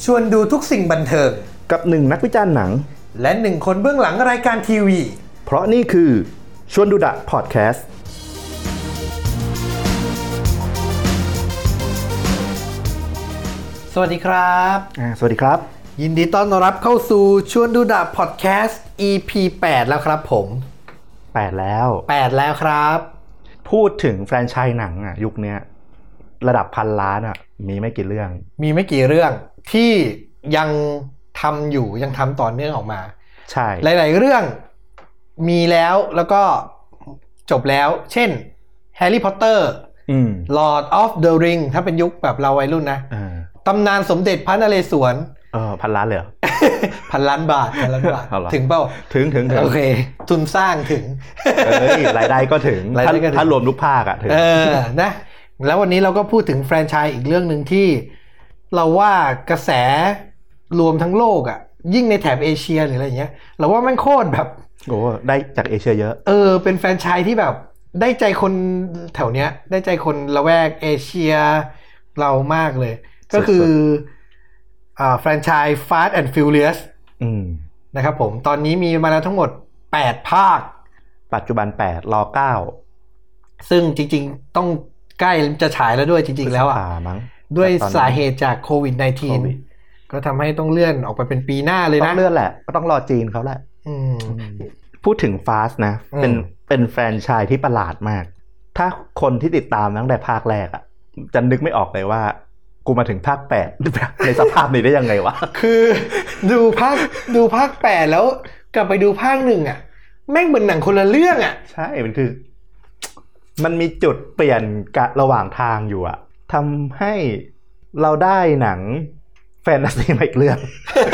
ชวนดูทุกสิ่งบันเทิงกับ1นักวิจารณ์หนังและ1คนเบื้องหลังรายการทีวีเพราะนี่คือชวนดูดะพอดแคสต์สวัสดีครับสวัสดีครับยินดีต้อนรับเข้าสู่ชวนดูดะพอดแคสต์ EP 8แล้วครับผม 8แล้วครับพูดถึงแฟรนไชส์หนังอ่ะยุคนี้ระดับพันล้านอ่ะมีไม่กี่เรื่องที่ยังทำอยู่ยังทำต่อเนื่องออกมาใช่หลายๆเรื่องมีแล้วก็จบแล้วเช่น Harry Potter Lord of the Ring ถ้าเป็นยุคแบบเราวัยรุ่นนะตำนานสมเด็จพระนเรศวรพันล้านเลยเหรอพันล้านบาทถึงเปล่าถึงโอเคทุนสร้างถึงรายได้ก็ถึงถ้ารวมทุกภาคอ่ะถึงนะแล้ววันนี้เราก็พูดถึงแฟรนไชส์อีกเรื่องนึงที่เราว่ากระแสรวมทั้งโลกอ่ะยิ่งในแถบเอเชียหรืออะไรอย่างเงี้ยเราว่ามันโคตรแบบโอ้ได้จากเอเชียเยอะเป็นแฟรนไชส์ที่แบบได้ใจคนแถวเนี้ยได้ใจคนละแวกเอเชียเรามากเลยก็คือแฟรนไชส์ Fast and Furious นะครับผมตอนนี้มีมาแล้วทั้งหมด8ภาคปัจจุบัน8รอ9 ซึ่งจริงๆต้องใกล้จะฉายแล้วด้วยจริงๆแล้วอ่ะด้วยสาเหตุจากโควิด -19 ก็ทำให้ต้องเลื่อนออกไปเป็นปีหน้าเลยนะต้องเลื่อนแหละก็ต้องรอจีนเขาแหละพูดถึง Fast นะเป็นแฟรนไชส์ที่ประหลาดมากถ้าคนที่ติดตามตั้งแต่ภาคแรกอ่ะจะนึกไม่ออกเลยว่ากูมาถึงภาค8ในสภาพนี้ได้ยังไงวะคือดูภาค8แล้วกลับไปดูภาค1อ่ะแม่งเหมือนหนังคนละเรื่องอ่ะใช่มันมีจุดเปลี่ยนระหว่างทางอยู่อะทำให้เราได้หนังแฟนตาซีมาอีกเรื่อง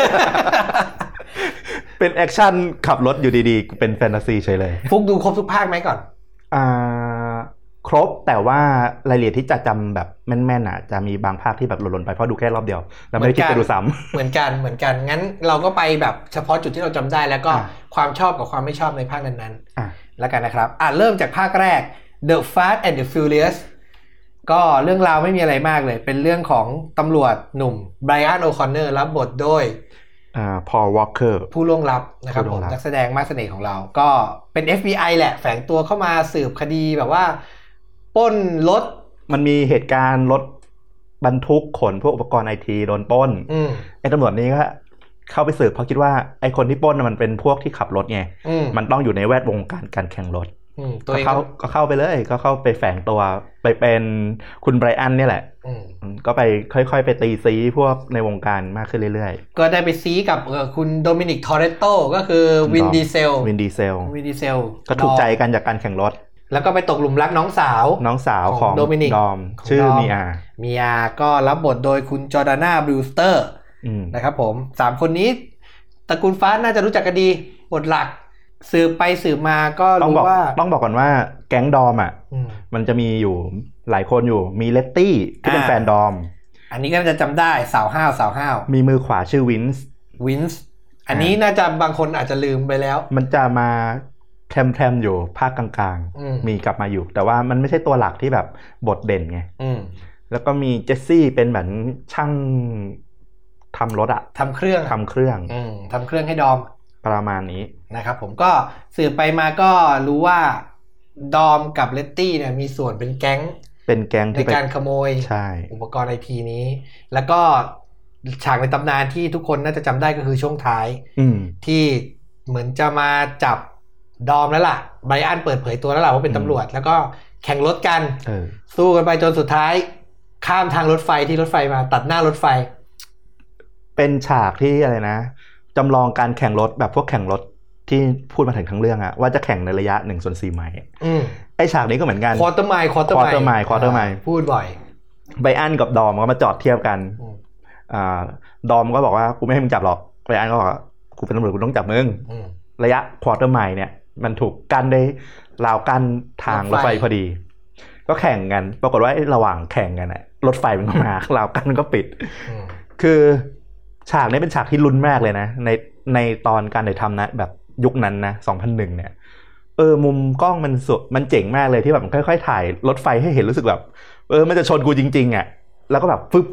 เป็นแอคชั่นขับรถอยู่ดีๆเป็นแฟนตาซีเฉยเลยฟุกดูครบทุกภาคไหมก่อนครบแต่ว่ารายละเอียดที่จะจำแบบแม่นๆอ่ะจะมีบางภาคที่แบบหล่นๆไปเพราะดูแค่รอบเดียวแล้วไม่ได้คิดไปดูซ้ำเหมือนกันงั้นเราก็ไปแบบเฉพาะจุดที่เราจำได้แล้วก็ความชอบกับความไม่ชอบในภาคนั้นๆแล้วกันนะครับเริ่มจากภาคแรกThe Fast and the Furious ก็เรื่องราวไม่มีอะไรมากเลยเป็นเรื่องของตำรวจหนุ่มไบรอัน โอคอนเนอร์รับบทโดยพอล วอลเกอร์ผู้ล่วงลับนะครับผมนักแสดงมากเสน่ห์ของเราก็เป็น FBI แหละแฝงตัวเข้ามาสืบคดีแบบว่าปล้นรถมันมีเหตุการณ์รถบรรทุกขนพวกอุปกรณ์ไอทีโดนปล้นไอ้ตำรวจนี้ก็เข้าไปสืบเพราะคิดว่าไอ้คนที่ปล้นมันเป็นพวกที่ขับรถไงมันต้องอยู่ในแวดวงการแข่งรถก็เข้าไปเลยก็เข้าไปแฝงตัวไปเป็นคุณไบรอันเนี่ยแหละก็ไปค่อยๆไปตีซีพวกในวงการมากขึ้นเรื่อยๆก็ได้ไปซีกับคุณโดมินิก ทอเรตโตก็คือวินดีเซลก็ถูกใจกันจากการแข่งรถแล้วก็ไปตกหลุมรักน้องสาวของโดมินิกดอมชื่อมีอาก็รับบทโดยคุณจอร์ดาน่า บรูสเตอร์นะครับผม3คนนี้ตระกูลฟ้าน่าจะรู้จักกันดีบทหลักสืบไปสืบมาก็รู้ว่าต้องบอกก่อนว่าแก๊งดอมอ่ะมันจะมีอยู่หลายคนอยู่มีเลตตี้ที่เป็นแฟนดอมอันนี้ก็จะจำได้สาวห้าวมีมือขวาชื่อวินส์อันนี้น่าจะบางคนอาจจะลืมไปแล้วมันจะมาแทมอยู่ภาคกลางๆมีกลับมาอยู่แต่ว่ามันไม่ใช่ตัวหลักที่แบบบทเด่นไงแล้วก็มีเจสซี่เป็นเหมือนช่างทำรถอะทำเครื่องให้ดอมประมาณนี้นะครับผมก็สืบไปมาก็รู้ว่าดอมกับเลตตี้เนี่ยมีส่วนเป็นแก๊งในการขโมยอุปกรณ์ไอทีนี้แล้วก็ฉากในตำนานที่ทุกคนน่าจะจำได้ก็คือช่วงท้ายที่เหมือนจะมาจับดอมแล้วล่ะไบรอันเปิดเผยตัวแล้วล่ะว่าเป็นตำรวจแล้วก็แข่งรถกันสู้กันไปจนสุดท้ายข้ามทางรถไฟที่รถไฟมาตัดหน้ารถไฟเป็นฉากที่อะไรนะจำลองการแข่งรถแบบพวกแข่งรถที่พูดมาถึงทั้งเรื่องอะว่าจะแข่งในระยะ 1/4 ไมล์ไอฉากนี้ก็เหมือนกันควอเตอร์ไมล์พูดบ่อยไบรอันกับดอมก็มาจอดเทียบกันดอมก็บอกว่ากูไม่ให้มึงจับหรอกไบรอันก็บอกกูเป็นตำรวจกูต้องจับมึงระยะควอเตอร์ไมล์เนี่ยมันถูกกั้นได้ราวกั้นทางรถไฟพอดีก็แข่งกันปรากฏว่าระหว่างแข่งกันรถไฟมันก็มาราวกั้นก็ปิดคือฉากนี้เป็นฉากที่ลุ้นมากเลยนะในตอนการถ่ายทำนะแบบยุคนั้นนะ2001เนี่ยมุมกล้องมันเจ๋งมากเลยที่แบบมันค่อยๆถ่ายรถไฟให้เห็นรู้สึกแบบมันจะชนกูจริงๆอ่ะแล้วก็แบบฟึบ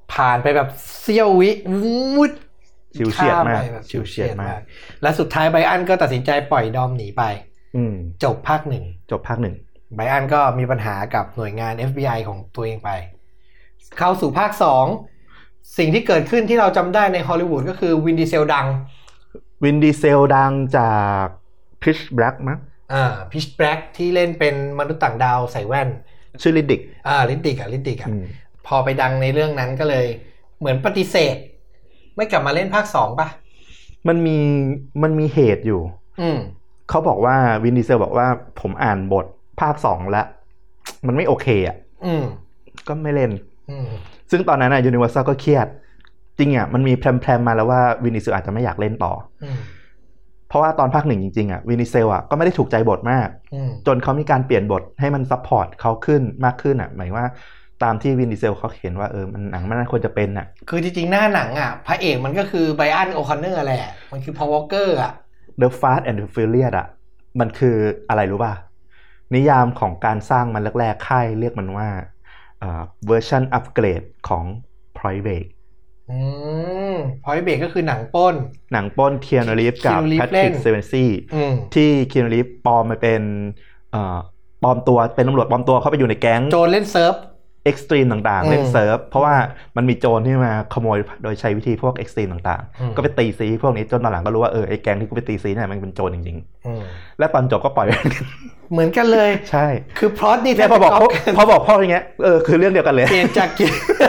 ผ่านไปแบบเสี้ยววิวุดชิวเฉียดมากชิวเฉียดมากและสุดท้ายไบรอันก็ตัดสินใจปล่อยดอมหนีไปจบภาคหนึ่งไบรอันก็มีปัญหากับหน่วยงาน FBI ของตัวเองไปเข้าสู่ภาค2สิ่งที่เกิดขึ้นที่เราจำได้ในฮอลลีวูดก็คือวินดีเซลดังจากพิชแบล็กมั้งพิชแบล็กที่เล่นเป็นมนุษย์ต่างดาวใส่แว่นชื่อลิดดิกลิดดิกพอไปดังในเรื่องนั้นก็เลยเหมือนปฏิเสธไม่กลับมาเล่นภาค2ป่ะมันมีเหตุอยู่เขาบอกว่าวินดีเซลบอกว่าผมอ่านบทภาค2แล้วมันไม่โอเคอ่ะก็ไม่เล่นซึ่งตอนนั้นยูนิเวอร์แซลก็เครียดจริงอ่ะมันมีแพรมมาแล้วว่าวินดีเซลอาจจะไม่อยากเล่นต่อเพราะว่าตอนภาค1จริงๆอ่ะวินดีเซลอ่ะก็ไม่ได้ถูกใจบทมากจนเขามีการเปลี่ยนบทให้มันซัพพอร์ตเขาขึ้นมากขึ้นอ่ะหมายว่าตามที่วินดีเซลเขาเห็นว่ามันหนังมันควรจะเป็นอ่ะคือจริงๆหน้าหนังอ่ะพระเอกมันก็คือไบรอันโอคอนเนอร์แหละมันคือพอลวอลเกอร์อ่ะ The Fast and the Furious อ่ะมันคืออะไรรู้ป่ะนิยามของการสร้างมันแรกๆค่ายเรียกมันว่าเวอร์ชันอัปเกรดของ Point Break Point Break ก็คือหนังปล้นเคียนู รีฟส์กับแพทริกเซเวนซี่ที่เคียนู รีฟส์ปลอมมาเป็นปลอมตัวเป็นตำรวจปลอมตัวเข้าไปอยู่ในแก๊งโจรเล่นเซิร์ฟเอ็กซ์ตรีมต่างๆเล่นเซิร์ฟเพราะว่ามันมีโจรที่มาขโมยโดยใช้วิธีพวกเอ็กซ์ตรีมต่างๆก็ไปตีซีพวกนี้จนตอนหลังก็รู้ว่าไอ้แก๊งที่กูไปตีซีเนี่ยมันเป็นโจรจริงๆและตอนจบก็ปล่อยเหมือนกันเลยใช่คือพล็อตนี่พอบอกพ่ออย่างเงี้ยคือเรื่องเดียวกันเลยเปลี่ยนจาก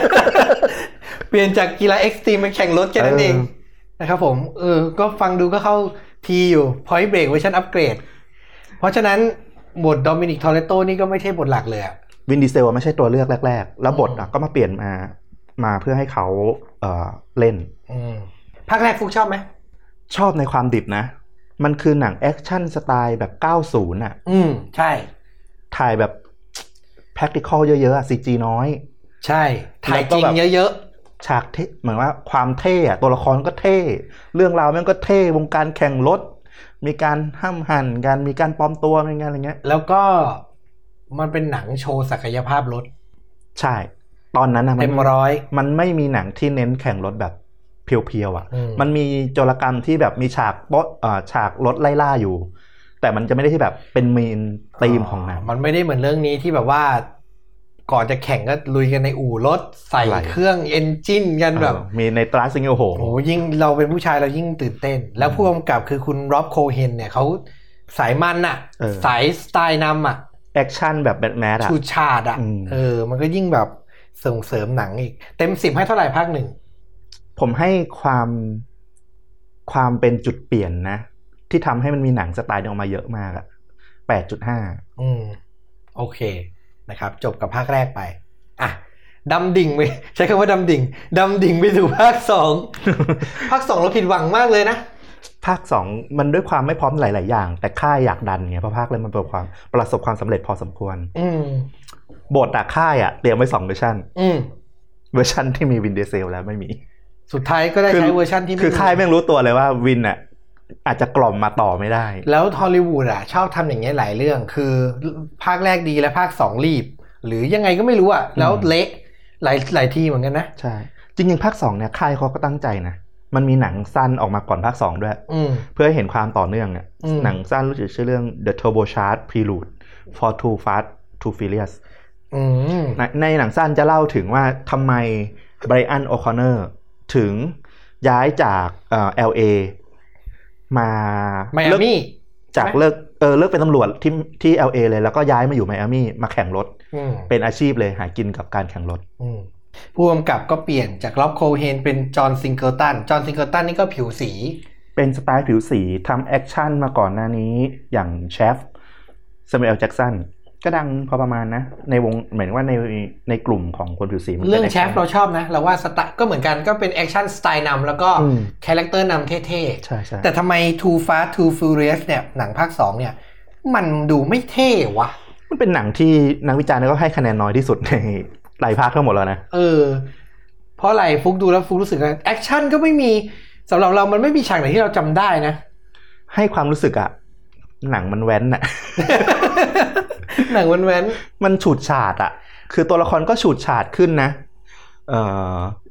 กีฬาเอ็กซ์ตรีมมาแข่งรถแค่นั้นเองนะครับผมก็ฟังดูก็เข้าทีอยู่ Point Break เวอร์ชันอัปเกรดเพราะฉะนั้นบทโดมินิก ทอเรโตนี่ก็ไม่ใช่บทหลักเลยอะวินดีเซลไม่ใช่ตัวเลือกแรกๆแล้วบทก็มาเปลี่ยนมาเพื่อให้เขาเล่นภาคแรกฟุกชอบไหมชอบในความดิบนะมันคือหนังแอคชั่นสไตล์แบบ90อ่ะใช่ถ่ายแบบ practical เยอะๆอ่ะ CG น้อยใช่ถ่ายจริงเยอะๆฉากเท่เหมือนว่าความเท่อะตัวละครก็เท่เรื่องราวมันก็เท่วงการแข่งรถมีการห้ำหั่นกันมีการปลอมตัวมีงานอะไรเงี้ยแล้วก็มันเป็นหนังโชว์ศักยภาพรถใช่ตอนนั้นนะเต็มร้อยมันไม่มีหนังที่เน้นแข่งรถแบบเพียวๆอ่ะมันมีโจรกรรมที่แบบมีฉากรถไล่ล่าอยู่แต่มันจะไม่ได้ที่แบบเป็นเมนธีมของหนังมันไม่ได้เหมือนเรื่องนี้ที่แบบว่าก่อนจะแข่งก็ลุยกันในอู่รถใส่เครื่องเอนจินกันแบบมีในตราซิงโอ้โหยิ่งเราเป็นผู้ชายเรายิ่งตื่นเต้นแล้วผู้กำกับคือคุณร็อบโคเฮนเนี่ยเขาสายมันอ่ะสายสไตล์นำอ่ะแอคชั่นแบบแบทแมนอ่ะชูชาดอ่ะมันก็ยิ่งแบบส่งเสริมหนังอีกเต็ม10ให้เท่าไหร่ภาคหนึ่งผมให้ความเป็นจุดเปลี่ยนนะที่ทำให้มันมีหนังสไตล์ออกมาเยอะมากอ่ะ 8.5 โอเคนะครับจบกับภาคแรกไปอ่ะดำดิ่งไปใช้คำว่าดำดิ่งไปสู่ภาค2ภาค2เราผิดหวังมากเลยนะภาค2มันด้วยความไม่พร้อมหลายๆอย่างแต่ค่ายอยากดันไงเพราะภาคแรกมันประสบความสำเร็จพอสมควรบทค่ายเตรียมไว้2เวอร์ชันเวอร์ชันที่มีวินดีเซลแล้วไม่มีสุดท้ายก็ได้ใช้เวอร์ชันที่คือค่ายไม่รู้ตัวเลยว่าวินอาจจะกล่อมมาต่อไม่ได้แล้วฮอลลีวูดชอบทำอย่างเงี้ยหลายเรื่องคือภาคแรกดีและภาค2รีบหรือยังไงก็ไม่รู้แล้วเละหลายทีเหมือนกันนะใช่จริงๆภาค2เนี่ยค่ายเขาก็ตั้งใจนะมันมีหนังสั้นออกมาก่อนภาค2ด้วยเพื่อให้เห็นความต่อเนื่องหนังสั้นรู้สึกชื่อเรื่อง The Turbocharged Prelude for Too Fast Too Furious ในหนังสั้นจะเล่าถึงว่าทำไมไบรอัน โอคอนเนอร์ถึงย้ายจากLA มาไมอามี่จากเลิกเป็นตำรวจที่ LA เลยแล้วก็ย้ายมาอยู่ไมอามี่มาแข่งรถเป็นอาชีพเลยหากินกับการแข่งรถผู้กำกับก็เปลี่ยนจากล็อบโคเฮนเป็นจอห์นซิงเกิลตันนี่ก็ผิวสีเป็นสไตล์ผิวสีทำแอคชั่นมาก่อนหน้านี้อย่างเชฟซามูเอล แจ็กสันก็ดังพอประมาณนะในวงเหมือนว่าในกลุ่มของคนผิวสีเรื่องเชฟเราชอบนะเราว่าสไตล์ก็เหมือนกันก็เป็นแอคชั่นสไตล์นำแล้วก็คาแรคเตอร์นำเท่ๆใช่แต่ทำไม Too Fast Too Furious เนี่ยหนังภาค2เนี่ยมันดูไม่เท่วะมันเป็นหนังที่นักวิจารณ์ก็ให้คะแนนน้อยที่สุดในหลายภาคทั้งหมดแล้วนะเพราะอะไรฟุกดูแล้วฟุกรู้สึกว่าแอคชั่นก็ไม่มีสำหรับเรามันไม่มีฉากไหนที่เราจำได้นะให้ความรู้สึกหนังมันแว้นหนังมันแว้นมันฉูดฉาดคือตัวละครก็ฉูดฉาดขึ้นนะ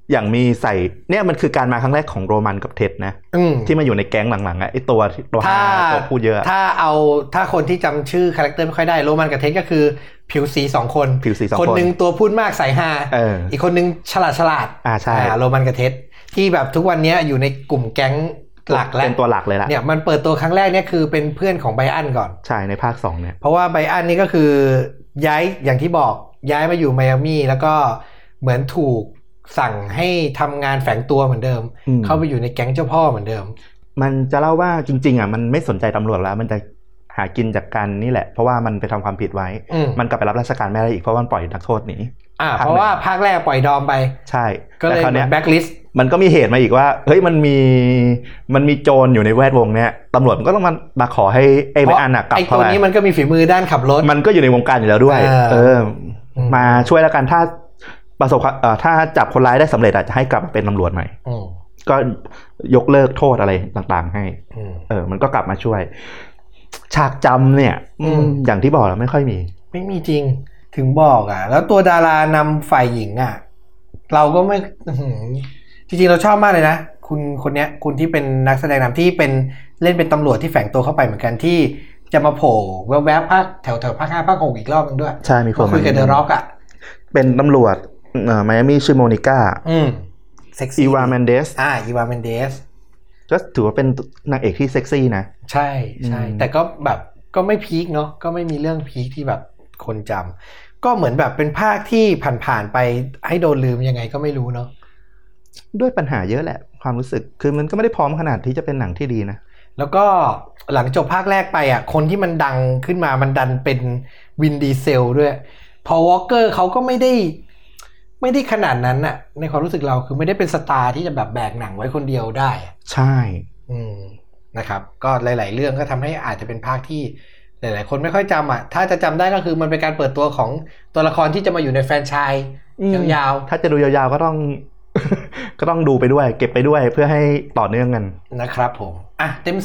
อย่างมีใส่เนี่ยมันคือการมาครั้งแรกของโรมันกับเท็ดนะที่มาอยู่ในแก๊งหลังๆไอ้ตัวตัวพูดเยอะถ้าคนที่จำชื่อคาแรคเตอร์ไม่ค่อยได้โรมันกับเท็ดก็คือผิวสี2คนคนนึงตัวพูดมากใส่ฮาอีกคนนึงฉลาดใช่โรมันกับเท็ดที่แบบทุกวันนี้อยู่ในกลุ่มแก๊งหลักแล้วเป็นตัวหลักเลยล่ะเนี่ยมันเปิดตัวครั้งแรกเนี่ยคือเป็นเพื่อนของไบอันก่อนใช่ในภาค2เนี่ยเพราะว่าไบอันนี่ก็คือย้ายอย่างที่บอกย้ายมาอยู่ไมอามี่แล้วก็เหมือนถูกสั่งให้ทำงานแฝงตัวเหมือนเดิมเข้าไปอยู่ในแก๊งเจ้าพ่อเหมือนเดิมมันจะเล่าว่าจริงๆอ่ะมันไม่สนใจตำรวจแล้วมันจะหากินจากกันนี่แหละเพราะว่ามันไปทำความผิดไว้มันกลับไปรับราชการไม่ได้อีกเพราะมันปล่อยนักโทษหนีเพราะว่าภาคแรกปล่อยดอมไปใช่ก็เลยแบ็คลิสต์มันก็มีเหตุมาอีกว่าเฮ้ยมันมีโจรอยู่ในแวดวงเนี้ยตำรวจมันก็ต้องมาขอให้ไอ้ไบอันน่ะกลับเข้าไปไอ้ตัวนี้มันก็มีฝีมือด้านขับรถมันก็อยู่ในวงการอยู่แล้วด้วยมาช่วยแล้วกันถ้าประสบถ้าจับคนร้ายได้สำเร็จอาจจะให้กลับเป็นตำรวจใหม่ก็ยกเลิกโทษอะไรต่างๆให้มันก็กลับมาช่วยฉากจำเนี่ยอย่างที่บอกแล้วไม่ค่อยไม่มีจริงถึงบอกแล้วตัวดารานำฝ่ายหญิงเราก็ไม่จริงๆเราชอบมากเลยนะคุณคนเนี้ยคุณที่เป็นนักแสดงนำที่เป็นเล่นเป็นตำรวจที่แฝงตัวเข้าไปเหมือนกันที่จะมาโผล่แวบๆภาคแถวภาค5ภาค6อีกรอบนึงด้วยใช่มีคนคุยกับเดอะร็อกเป็นตำรวจไมอามี่ชื่อโมนิก้าเซ็กซี่อีวาเมนเดสอีวาเมนเดสก็ถือว่าเป็นนางเอกที่เซ็กซี่นะใช่ใช่แต่ก็แบบก็ไม่พีคเนาะก็ไม่มีเรื่องพีคที่แบบคนจำก็เหมือนแบบเป็นภาคที่ผ่านไปให้โดนลืมยังไงก็ไม่รู้เนาะด้วยปัญหาเยอะแหละความรู้สึกคือมันก็ไม่ได้พร้อมขนาดที่จะเป็นหนังที่ดีนะแล้วก็หลังจบภาคแรกไปคนที่มันดังขึ้นมามันดันเป็นวินดีเซลด้วยพอวอลเกอร์เขาก็ไม่ได้ขนาดนั้นน่ะในความรู้สึกเราคือไม่ได้เป็นสตาร์ที่จะแบบแบกหนังไว้คนเดียวได้ใช่นะครับก็หลายๆเรื่องก็ทำให้อาจจะเป็นภาคที่หลายๆคนไม่ค่อยจำถ้าจะจำได้ก็คือมันเป็นการเปิดตัวของตัวละครที่จะมาอยู่ในแฟรนไชส์ยาวๆถ้าจะดูยาวๆก็ต้องดูไปด้วยเก็บไปด้วยเพื่อให้ต่อเนื่องกันนะครับผมเต็ม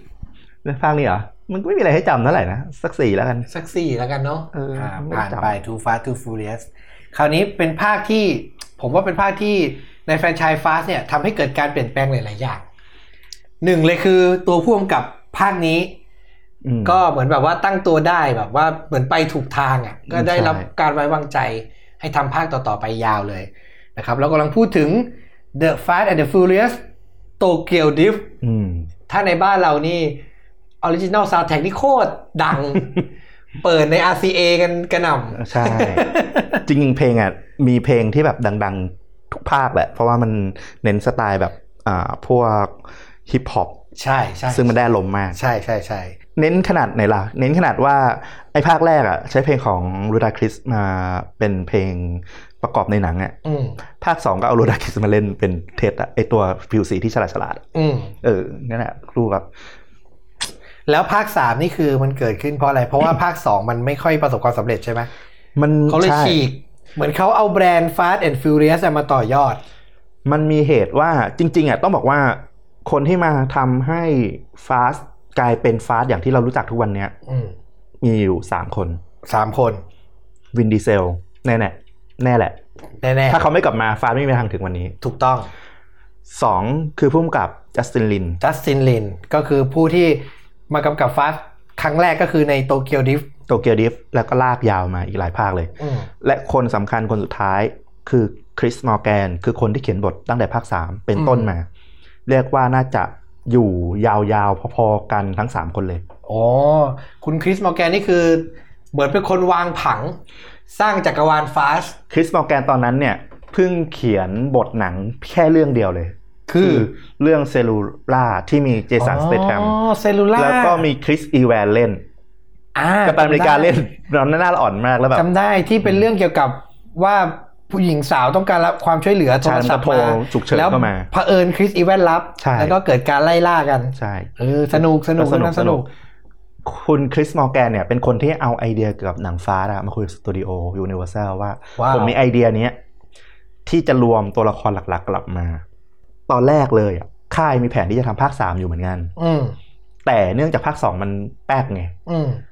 10 ในภาคนี้เหรอมันก็ไม่มีอะไรให้จำเท่าไหร่นะสัก4แล้วกันสัก4แล้วกันเนาะผ่านไป Too Fast Too Furious คราวนี้เป็นภาคที่ผมว่าเป็นภาคที่ในแฟรนไชส์ Fast เนี่ยทำให้เกิดการเปลี่ยนแปลงหลายๆอย่างหนึ่งเลยคือตัวผู้กำกับภาคนี้ก็เหมือนแบบว่าตั้งตัวได้แบบว่าเหมือนไปถูกทางก็ได้รับการไว้วางใจให้ทำภาคต่อๆไปยาวเลยนะครับแล้วกำลังพูดถึง The Fast and the Furious Tokyo Drift ถ้าในบ้านเรานี่ Original Soundtrack นี่โคตรดัง เปิดใน RCA กันกระหน่ำใช่ จริงๆเพลงมีเพลงที่แบบดังๆทุกภาคแหละเพราะว่ามันเน้นสไตล์แบบพวกฮิปฮอปใช่ใช่ซึ่งมันได้ลมมากใช่ใช่ใช่เน้นขนาดไหนล่ะเน้นขนาดว่าไอ้ภาคแรกใช้เพลงของลูดาคริสมาเป็นเพลงประกอบในหนังภาค2ก็เอาลูดาคริสมาเล่นเป็นเท็ดไอ้ตัวผิวสีที่ฉลาดนั่นแหละครูแบบแล้วภาค3นี่คือมันเกิดขึ้นเพราะอะไรเพราะว่าภาค2มันไม่ค่อยประสบความสำเร็จใช่ไหมเขาเลยฉีกเหมือนเขาเอาแบรนด์ Fast and Furious มาต่อยอดมันมีเหตุว่าจริงๆต้องบอกว่าคนที่มาทำให้ Fast กลายเป็น Fast อย่างที่เรารู้จักทุกวันนี้มีอยู่3 คนวินดีเซลแน่แหละถ้าเขาไม่กลับมา Fast ไม่มีทางถึงวันนี้ถูกต้อง 2คือผู้กำกับจัสตินลินก็คือผู้ที่มากำกับ Fast ครั้งแรกก็คือในโตเกียวดริฟต์แล้วก็ลากยาวมาอีกหลายภาคเลยและคนสำคัญคนสุดท้ายคือคริสมอร์แกนคือคนที่เขียนบทตั้งแต่ภาค3เป็นต้นมาเรียกว่าน่าจะอยู่ยาวๆพอๆกันทั้ง3คนเลยคุณคริสมอร์แกนนี่คือเหมือนเป็นคนวางผังสร้างจักรวาล Fast คริสมอร์แกนตอนนั้นเนี่ยเพิ่งเขียนบทหนังแค่เรื่องเดียวเลยคือเรื่องเซลูล่าที่มีเจสันสเตทัมแล้วก็มีคริสอีแวนเล่นกัปตันอเมริกาเล่นเราหน้าอ่อนมากแล้วแบบจำได้ที่เป็นเรื่องเกี่ยวกับว่าผู้หญิงสาวต้องการรับความช่วยเหลือโทรศัพท์มาแล้วเผอิญคริสอีแวนรับแล้วก็เกิดการไล่ล่ากันใช่สนุกคุณคริสมอร์แกนเนี่ยเป็นคนที่เอาไอเดียเกี่ยวกับหนังฟ้ามาคุยกับสตูดิโอยูนิเวอร์แซลว่าผมมีไอเดียนี้ที่จะรวมตัวละครหลักๆกลับมาตอนแรกเลยค่ายมีแผนที่จะทำภาค3อยู่เหมือนกันแต่เนื่องจากภาค2มันแป๊กไง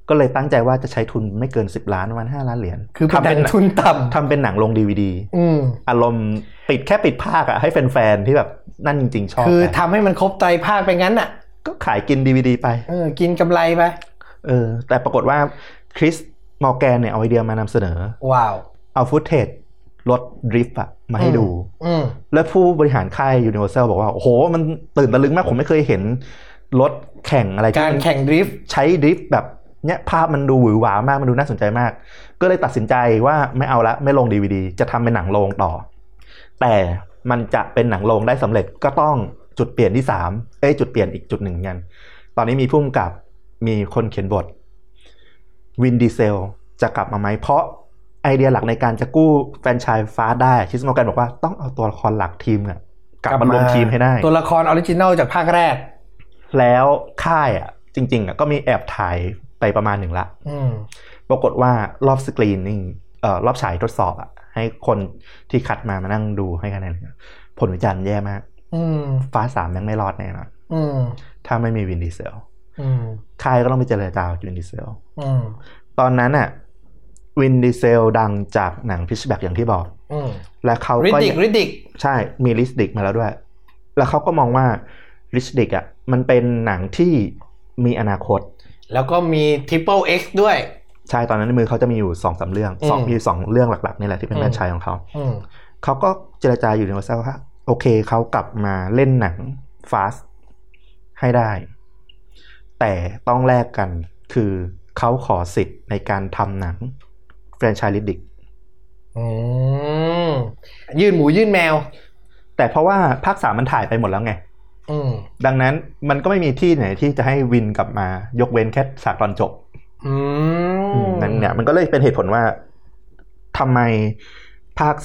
ก็เลยตั้งใจว่าจะใช้ทุนไม่เกิน10 ล้านประมาณ5 ล้านเหรียญคือทำเป็นทุนต่ำทำเป็นหนังลง DVD อารมณ์แค่ปิดภาคให้แฟนๆที่แบบนั่นจริงๆชอบคือทำให้มันครบไตรภาคไปงั้นน่ะก็ขายกิน DVD ไปกินกำไรไปแต่ปรากฏว่าคริสมอร์แกนเนี่ยเอาไอเดียมานำเสนอว้าวเอาฟุตเทจรถดริฟต์มาให้ดูแล้วผู้บริหารค่าย Universal บอกว่าโอ้โหมันตื่นตะลึงมากผมไม่เคยเห็นรถแข่งอะไรการแข่งดริฟต์ใช้ดริฟต์แบบเนี้ยภาพมันดูหวือหวามากมันดูน่าสนใจมากก็เลยตัดสินใจว่าไม่เอาละไม่ลง DVD จะทำเป็นหนังโรงต่อแต่มันจะเป็นหนังโรงได้สำเร็จก็ต้องจุดเปลี่ยนที่3จุดเปลี่ยนอีกจุดหนึ่งกันตอนนี้มีผู้กำกับมีคนเขียนบทวินดีเซลจะกลับมาไหมเพราะไอเดียหลักในการจะกู้แฟรนไชส์ฟ้าได้คริสมอร์แกนบอกว่าต้องเอาตัวละครหลักทีมกลับมารวมทีมให้ได้ตัวละครออริจินัลจากภาคแรกแล้วค่ายจริงๆก็มีแอบถ่ายไปประมาณ1ละปรากฏว่ารอบสกรีนนิ่งรอบฉายทดสอบให้คนที่คัดมานั่งดูให้คะแนนผลวิจารณ์แย่มากฟ้า3ยังไม่รอดแน่นอนถ้าไม่มีวินดีเซลค่ายก็ต้องไปเจรจาวินดีเซลตอนนั้นวินดีเซลดังจากหนังพิชแบ็กอย่างที่บอกและเขาก็ริดดิกใช่มีริชดิกมาแล้วด้วยแล้วเขาก็มองว่าริชดิกมันเป็นหนังที่มีอนาคตแล้วก็มี Triple X ด้วยใช่ตอนนั้นในมือเขาจะมีอยู่ 2-3 เรื่องมี2 เรื่องหลักๆนี่แหละที่เป็นแฟรนไชส์ของเขาเขาก็เจรจาอยู่ในว่าโอเคเขากลับมาเล่นหนัง Fast ให้ได้แต่ต้องแลกกันคือเขาขอสิทธิ์ในการทำหนังแฟรนไชส์ริดดิกยื่นหมูยื่นแมวแต่เพราะว่าภาค3มันถ่ายไปหมดแล้วไงดังนั้นมันก็ไม่มีที่ไหนที่จะให้วินกลับมายกเว้นแค่ฉากตอนจบนั่นเนี่ยมันก็เลยเป็นเหตุผลว่าทำไมภาค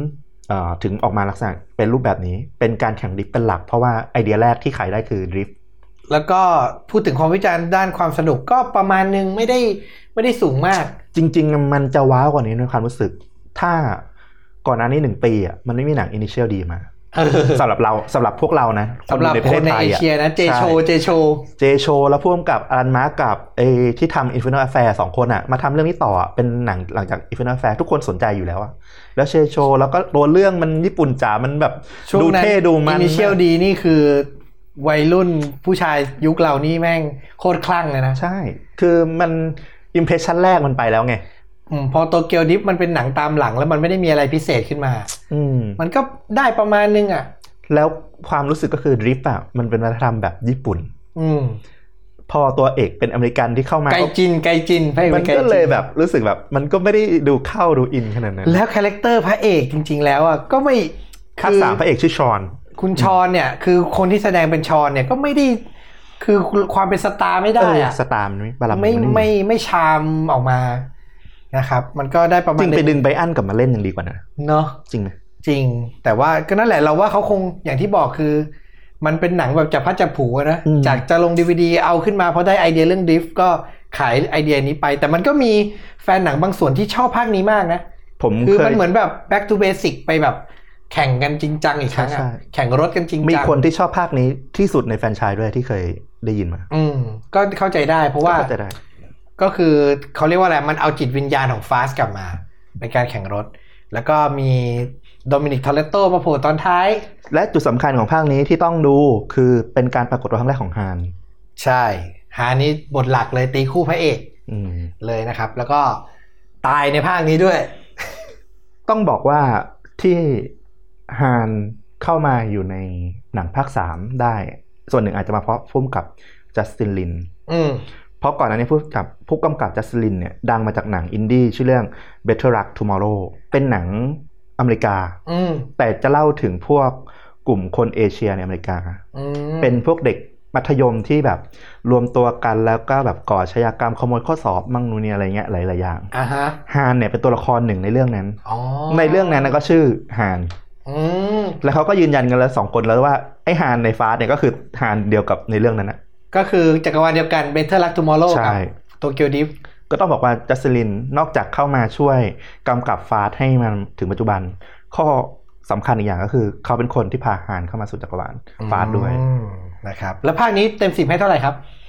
3ถึงออกมาลักษณะเป็นรูปแบบนี้เป็นการแข่งดริฟต์เป็นหลักเพราะว่าไอเดียแรกที่ขายได้คือดริฟต์แล้วก็พูดถึงความวิจารณ์ด้านความสนุกก็ประมาณนึงไม่ได้สูงมากจริงๆมันจะว้าวกว่านี้ในความรู้สึกถ้าก่อนหน้านี้1 ปีมันไม่มีหนัง Initial D มาสำหรับพวกเรานะสำหรับคนในเอเชียนะเจโชแล้วพ่วงกับอลันมาร์กับที่ทำ Infernal Affair 2 คนมาทำเรื่องนี้ต่อเป็นหนังหลังจาก Infernal Affair ทุกคนสนใจอยู่แล้วแล้วเชโชแล้วก็ตัวเรื่องมันญี่ปุ่นจ๋ามันแบบดูเท่ดูมัน Initial D นี่คือวัยรุ่นผู้ชายยุคเรานี่แม่งโคตรคลั่งเลยนะใช่คือมัน impression แรกมันไปแล้วไงพอโตเกียวดริฟต์มันเป็นหนังตามหลังแล้วมันไม่ได้มีอะไรพิเศษขึ้นมามันก็ได้ประมาณนึงแล้วความรู้สึกก็คือดริฟต์มันเป็นวัฒนธรรมแบบญี่ปุ่นพอตัวเอกเป็นอเมริกันที่เข้ามาไกจินมันก็เลยแบบรู้สึกแบบมันก็ไม่ได้ดูเข้าดูอินขนาดนั้นแล้วคาแรคเตอร์พระเอกจริงๆแล้วก็ไม่ภาค3พระเอกชื่อชอนคุณชอนเนี่ยคือคนที่แสดงเป็นชอนเนี่ยก็ไม่ได้คือความเป็นสตาร์ไม่ได้สตาร์ไม่ชามออกมานะครับมันก็ได้ประมาณจริงไปดึงไบอันกลับมาเล่นยังดีกว่านะเนาะจริงไหมจริงแต่ว่าก็นั่นแหละเราว่าเขาคงอย่างที่บอกคือมันเป็นหนังแบบจับพัดจับผูนะจากจะลง DVD เอาขึ้นมาเพราะได้ไอเดียเรื่องดริฟต์ก็ขายไอเดียนี้ไปแต่มันก็มีแฟนหนังบางส่วนที่ชอบภาคนี้มากนะคือมันเหมือนแบบ back to basic ไปแบบแข่งกันจริงจังอีกครั้งแข่งรถกันจริงจังมีคนที่ชอบภาคนี้ที่สุดในแฟรนไชส์ด้วยที่เคยได้ยินมาก็เข้าใจได้เพราะว่าก็คือเขาเรียกว่าอะไรมันเอาจิตวิญญาณของฟาสกลับมาในการแข่งรถแล้วก็มีโดมินิก ทอเรตโตมาโผล่ตอนท้ายและจุดสำคัญของภาคนี้ที่ต้องดูคือเป็นการปรากฏตัวครั้งแรกของฮานใช่ฮานนี้บทหลักเลยตีคู่พระเอกเลยนะครับแล้วก็ตายในภาคนี้ด้วยต้องบอกว่าที่ฮานเข้ามาอยู่ในหนังภาค3ได้ส่วนหนึ่งอาจจะมาเพราะพุ่มกับจัสตินลินเพราะก่อนหน้านี้ผู้กำกับจัสตินลินเนี่ยดังมาจากหนังอินดี้ชื่อเรื่อง Better Luck Tomorrow เป็นหนังอเมริกาแต่จะเล่าถึงพวกกลุ่มคนเอเชียในอเมริกาเป็นพวกเด็กมัธยมที่แบบรวมตัวกันแล้วก็แบบก่ออาชญากรรมขโมยข้อสอบมั่งนู่นนี่อะไรเงี้ยหลายๆอย่างฮานเนี่ยเป็นตัวละครหนึ่งในเรื่องนั้นในเรื่องนั้นก็ชื่อฮานแล้วเขาก็ยืนยันกันแล้ว2 คนแล้วว่าไอ้ฮานในฟาสเนี่ยก็คือฮานเดียวกับในเรื่องนั้นนะก็คือจักรวาลเดียวกัน Better Luck Tomorrow กับโตเกียวดริฟต์ก็ต้องบอกว่าจัสตินลินนอกจากเข้ามาช่วยกำกับฟาสให้มันถึงปัจจุบันข้อสำคัญอีกอย่างก็คือเขาเป็นคนที่พาฮานเข้ามาสู่จักรวาลฟาสด้วยนะครับแล้วภาคนี้เต็ม10ให้เท่าไหร่ครับ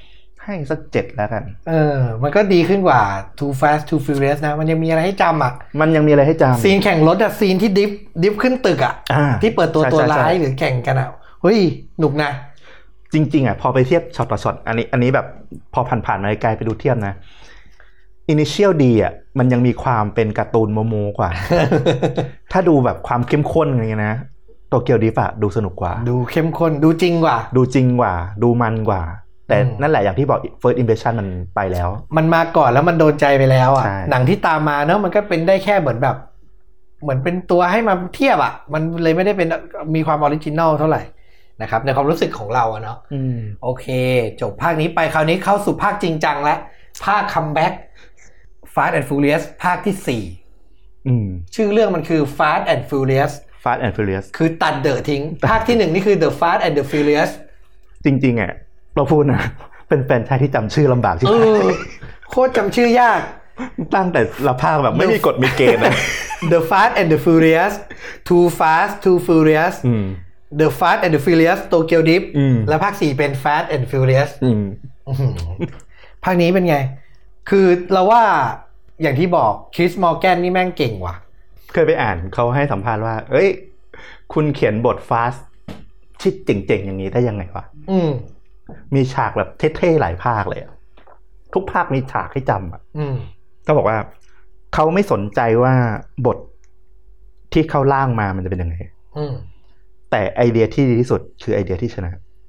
ให้สัก7แล้วกันมันก็ดีขึ้นกว่า Too Fast Too Furious นะมันยังมีอะไรให้จำอ่ะมันยังมีอะไรให้จำซีนแข่งรถอ่ะซีนที่ดิฟขึ้นตึกอ่ะที่เปิดตัวร้ายหรือแข่งกันอ่ะเฮ้ยหนุกนะจริงๆอ่ะพอไปเทียบช็อตต่อช็อตอันนี้แบบพอผ่านๆมาไกลไปดูเทียบนะ Initial D อ่ะมันยังมีความเป็นการ์ตูนโมกว่า ถ้าดูแบบความเข้มข้นอะไรเงี้ยนะโตเกียวดริฟต์อ่ะดูสนุกกว่าดูเข้มข้นดูจริงกว่าดูมันกว่าแต่นั่นแหละอย่างที่บอก first impression มันไปแล้วมันมาก่อนแล้วมันโดนใจไปแล้วอ่ะหนังที่ตามมาเนอะมันก็เป็นได้แค่เหมือนแบบเหมือนเป็นตัวให้มาเทียบอ่ะมันเลยไม่ได้เป็นมีความออริจินอลเท่าไหร่นะครับในความรู้สึกของเราอะเนาะโอเคจบภาคนี้ไปคราวนี้เข้าสู่ภาคจริงจังแล้วภาคคัมแบ็ก Fast and Furious ภาคที่4ชื่อเรื่องมันคือ Fast and Furious คือตัดเดอะทิ้งภาคที่1นี่คือ The Fast and the Furious จริงๆอ่ะเราพูดนะเป็นแฟนชายที่จำชื่อลำบากที่สุดโคตรจำชื่อยากตั้งแต่ละภาคแบบไม่มีกฎมีเกณฑ์นะ The Fast and the Furious Too Fast Too Furious The Fast and the Furious Tokyo Drift และภาค4เป็น Fast and Furious ภาคนี้เป็นไงคือเราว่าอย่างที่บอกคริสมอร์แกนนี่แม่งเก่งว่ะเคยไปอ่านเขาให้สัมภาษณ์ว่าเอ้ยคุณเขียนบท Fast ที่เจ๋งๆอย่างนี้ได้ยังไงวะมีฉากแบบเท่ๆหลายภาคเลยทุกภาคมีฉากให้จำอ่ะก็บอกว่าเขาไม่สนใจว่าบทที่เขาล่างมามันจะเป็นยังไงแต่ไอเดียที่ดีที่สุดคือไอเดียที่ชนะ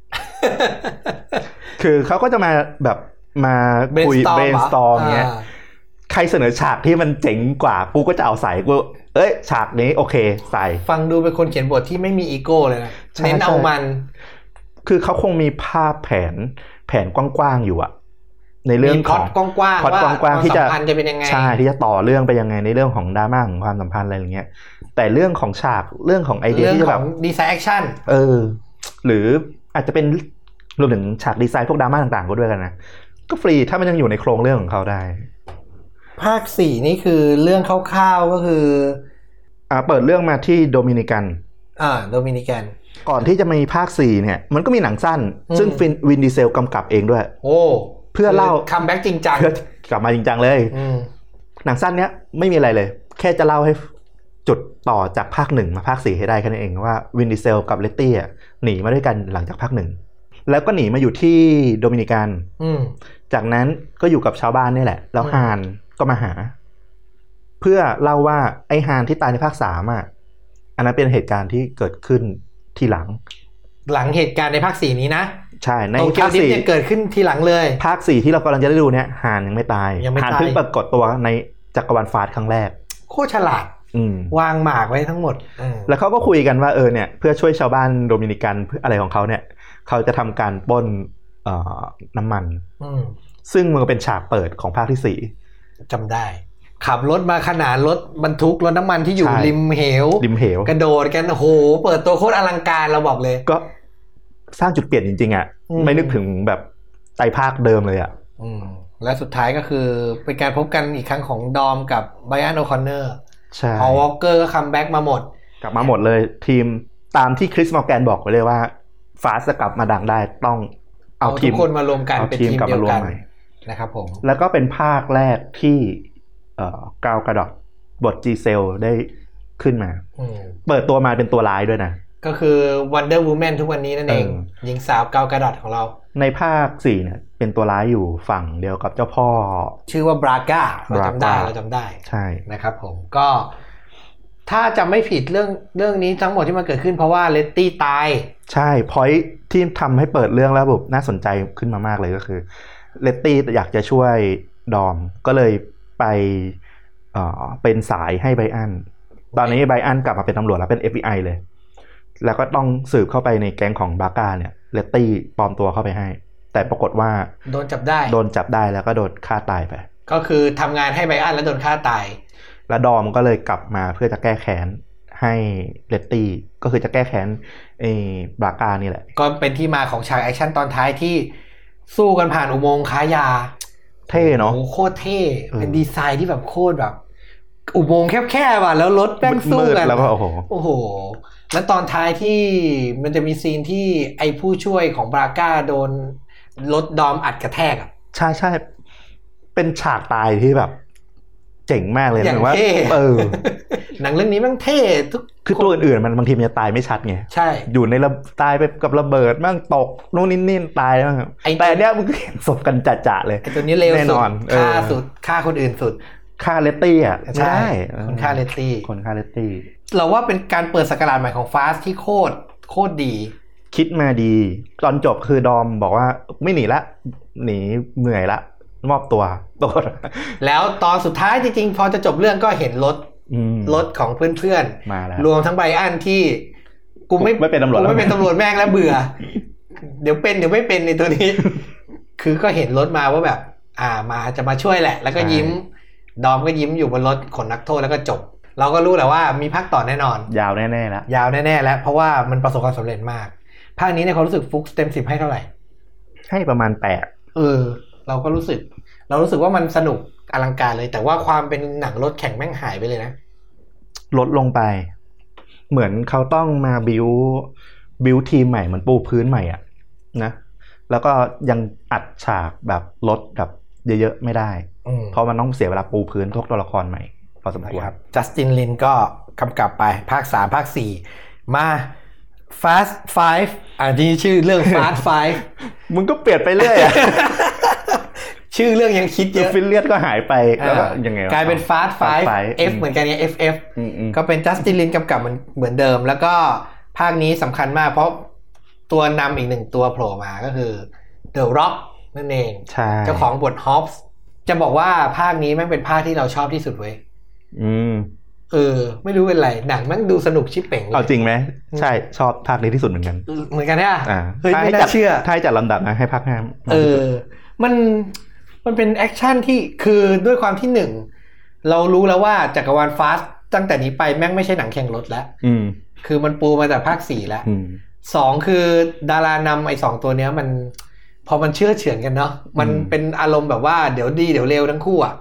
คือเขาก็จะมาแบบมาคุย brainstorm เงี้ยใครเสนอฉากที่มันเจ๋งกว่ากูก็จะเอาใส่กูฉากนี้โอเคใส่ฟังดูเป็นคนเขียนบทที่ไม่มีอีโก้เลยนะเน้นเอามันคือเขาคงมีภาพแผนกว้างๆอยู่อะในเรื่องของกว้างๆว่าที่จะเป็นยังไงใช่ที่จะต่อเรื่องไปยังไงในเรื่องของดราม่าของความสัมพันธ์อะไรอย่างเงี้ยแต่เรื่องของฉากเรื่องของไอเดียที่จะแบบดีไซน์แอคชั่นหรืออาจจะเป็นรวมถึงฉากดีไซน์พวกดราม่าต่างๆก็ด้วยกันนะก็ฟรีถ้ามันยังอยู่ในโครงเรื่องของเขาได้ภาค4นี่คือเรื่องคร่าวๆก็คือเปิดเรื่องมาที่โดมินิกันโดมินิกันก่อนที่จะมีภาค4เนี่ยมันก็มีหนังสั้นซึ่งวินดีเซลกำกับเองด้วยเพื่อเล่าคัมแบ็กจริงจังกลับมาจริงจังเลยหนังสั้นเนี้ยไม่มีอะไรเลยแค่จะเล่าให้จุดต่อจากภาค1มาภาค4ให้ได้แค่นั้นเองว่าวินดีเซลกับเลตตี้หนีมาด้วยกันหลังจากภาค1แล้วก็หนีมาอยู่ที่โดมินิกันจากนั้นก็อยู่กับชาวบ้านนี่แหละแล้วฮานก็มาหาเพื่อเล่าว่าไอ้ฮานที่ตายในภาค3อันนั้นเป็นเหตุการณ์ที่เกิดขึ้นทีหลังเหตุการณ์ในภาค4นี้นะใช่ในภาค4จะเกิดขึ้นทีหลังเลยภาค4ที่เรากำลังจะได้ดูเนี่ยฮานยังไม่ตายฮานเพิ่งปรากฏตัวในจักรวาลฟาสครั้งแรกโคตรฉลาดวางหมากไว้ทั้งหมดแล้วเขาก็คุยกันว่าเนี่ยเพื่อช่วยชาวบ้านโดมินิกันอะไรของเขาเนี่ยเขาจะทำการปล้นน้ำมันซึ่งมันเป็นฉากเปิดของภาคที่ 4จำได้ขับรถมาขนานรถบรรทุกรถน้ำมันที่อยู่ริมเหวกระโดดกันโหเปิดตัวโคตรอลังการเราบอกเลยก็สร้างจุดเปลี่ยนจริงๆไม่นึกถึงแบบไตรภาคเดิมเลยและสุดท้ายก็คือเป็นการพบกันอีกครั้งของดอมกับไบรอันโอคอนเนอร์ใช่พอวอลเกอร์ก็คัมแบ็กมาหมดกลับมาหมดเลยทีมตามที่คริสมอร์แกนบอกไว้เลยว่าฟาสจะกลับมาดังได้ต้องเอาทุกคนมารวมกันเป็นทีมเดียวกันนะครับผมแล้วก็เป็นภาคแรกที่กาวกระดอทบทจีเซลได้ขึ้นมาเปิดตัวมาเป็นตัวร้ายด้วยนะก็คือ Wonder Woman ทุกวันนี้นั่นเองหญิงสาวกาวกระดอทของเราในภาค4เนี่ยเป็นตัวร้ายอยู่ฝั่งเดียวกับเจ้าพ่อชื่อว่าบราก้าเราจำได้ใช่นะครับผมก็ถ้าจำไม่ผิดเรื่องนี้ทั้งหมดที่มันเกิดขึ้นเพราะว่าเลตตี้ตายใช่พอยท์ที่ทำให้เปิดเรื่องแล้วแบบน่าสนใจขึ้นมามากเลยก็คือเลตตี้อยากจะช่วยดอมก็เลยไปเป็นสายให้ไบรอันตอนนี้ไบรอันกลับมาเป็นตำรวจแล้วเป็น FBI เลยแล้วก็ต้องสืบเข้าไปในแก๊งของบาก้าเนี่ยเลตตี้ปลอมตัวเข้าไปให้แต่ปรากฏว่าโดนจับได้แล้วก็โดนฆ่าตายไปก็คือทำงานให้ไบรอันแล้วโดนฆ่าตายแล้วดอมก็เลยกลับมาเพื่อจะแก้แค้นให้เลตตี้ก็คือจะแก้แค้นบาก้านี่แหละก็เป็นที่มาของฉากแอคชั่นตอนท้ายที่สู้กันผ่านอุโมงค์ค้ายาเท่เนาะโคตรเท่เป็นดีไซน์ที่แบบโคตรแบบอุโมงค์แคบๆอ่ะแล้วรถแม่งสู้กันแล้วก็โอ้โหแล้วตอนท้ายที่มันจะมีซีนที่ไอ้ผู้ช่วยของบราก้าโดนรถดอมอัดกระแทกอ่ะใช่ใช่เป็นฉากตายที่แบบเจ๋งมากเลยอย่างเท่หนังเรื่องนี้มันเท่ทุกคือตัวอื่นๆมันบางทีมันจะตายไม่ชัดไงใช่อยู่ในตายไปกับระเบิดมั่งตกนู่นนี่ตายมั่งแต่เนี้ยมันเห็นศพกันจะๆเลยไอ้ตัวนี้เร็วสุดฆ่าสุดฆ่าคนอื่นสุดฆ่าเลตตี้อ่ะใช่คนฆ่าเลตตี้เราว่าเป็นการเปิดศักราชใหม่ของฟาสที่โคตรดีคิดมาดีตอนจบคือดอมบอกว่าไม่หนีละหนีเหนื่อยละมอบตัวแล้วตอนสุดท้ายจริงๆพอจะจบเรื่องก็เห็นรถของเพื่อนๆมาแล้วรวมทั้งไบรอันที่กูไม่เป็นตำรวจแม่งแล้วเบื่อเดี๋ยวไม่เป็นในตัวนี้คือก็เห็นรถมาว่าแบบมาจะมาช่วยแหละแล้วก็ยิ้มดอมก็ยิ้มอยู่บนรถขนนักโทษแล้วก็จบเราก็รู้แหละว่ามีภาคต่อแน่นอนยาวแน่ๆแล้วยาวแน่ๆแล้วเพราะว่ามันประสบความสำเร็จมากภาคนี้ในความรู้สึกฟุกเต็ม10ให้เท่าไหร่ให้ประมาณ8 เราก็รู้สึกว่ามันสนุกอลังการเลยแต่ว่าความเป็นหนังรถแข่งแม่งหายไปเลยนะลดลงไปเหมือนเขาต้องมาบิวทีมใหม่เหมือนปูพื้นใหม่อ่ะนะแล้วก็ยังอัดฉากแบบรถแบบเยอะๆไม่ได้เพราะมันต้องเสียเวลาปูพื้นทุกตัวละครใหม่พอสมควรครับจัสตินลินก็กำกับไปภาค3ภาค4มา Fast 5นี่ชื่อเรื่อง Fast 5 มึงก็เปลี่ยนไปเรื่อยอ่ะชื่อเรื่องยังคิดเยอะฟิลเลียดก็หายไปแล้วก็ยังไงกลายเป็น Fast 5 F เหมือนกันเนี่ย FF ก็เป็นจัสตินลินกำกับเหมือนเดิมแล้วก็ภาคนี้สำคัญมากเพราะตัวนำอีก1ตัวโผล่มาก็คือ The Rock นั่นเองเจ้าของบท Hobbs จะบอกว่าภาคนี้แม่งเป็นภาคที่เราชอบที่สุดเว้ยไม่รู้เป็นไรหนังแม่งดูสนุกชิบเป่งเอาจริงไหมใช่ชอบภาคนี้ที่สุดเหมือนกันเนี่ยเฮ้ยไม่น่าเชื่อถ้าให้จัดลำดับนะให้ภาค 5มันเป็นแอคชั่นที่คือด้วยความที่1เรารู้แล้วว่าจักรวาลฟาสต์ตั้งแต่นี้ไปแม่งไม่ใช่หนังแข่งรถแล้วคือมันปูมาจากภาค4แล้ว2คือดารานำไอ้2ตัวเนี้ยมันพอมันเชื่อเฉือนกันเนาะมันเป็นอารมณ์แบบว่าเดี๋ยวดีเดี๋ยวเลวทั้งคู่อ่ะ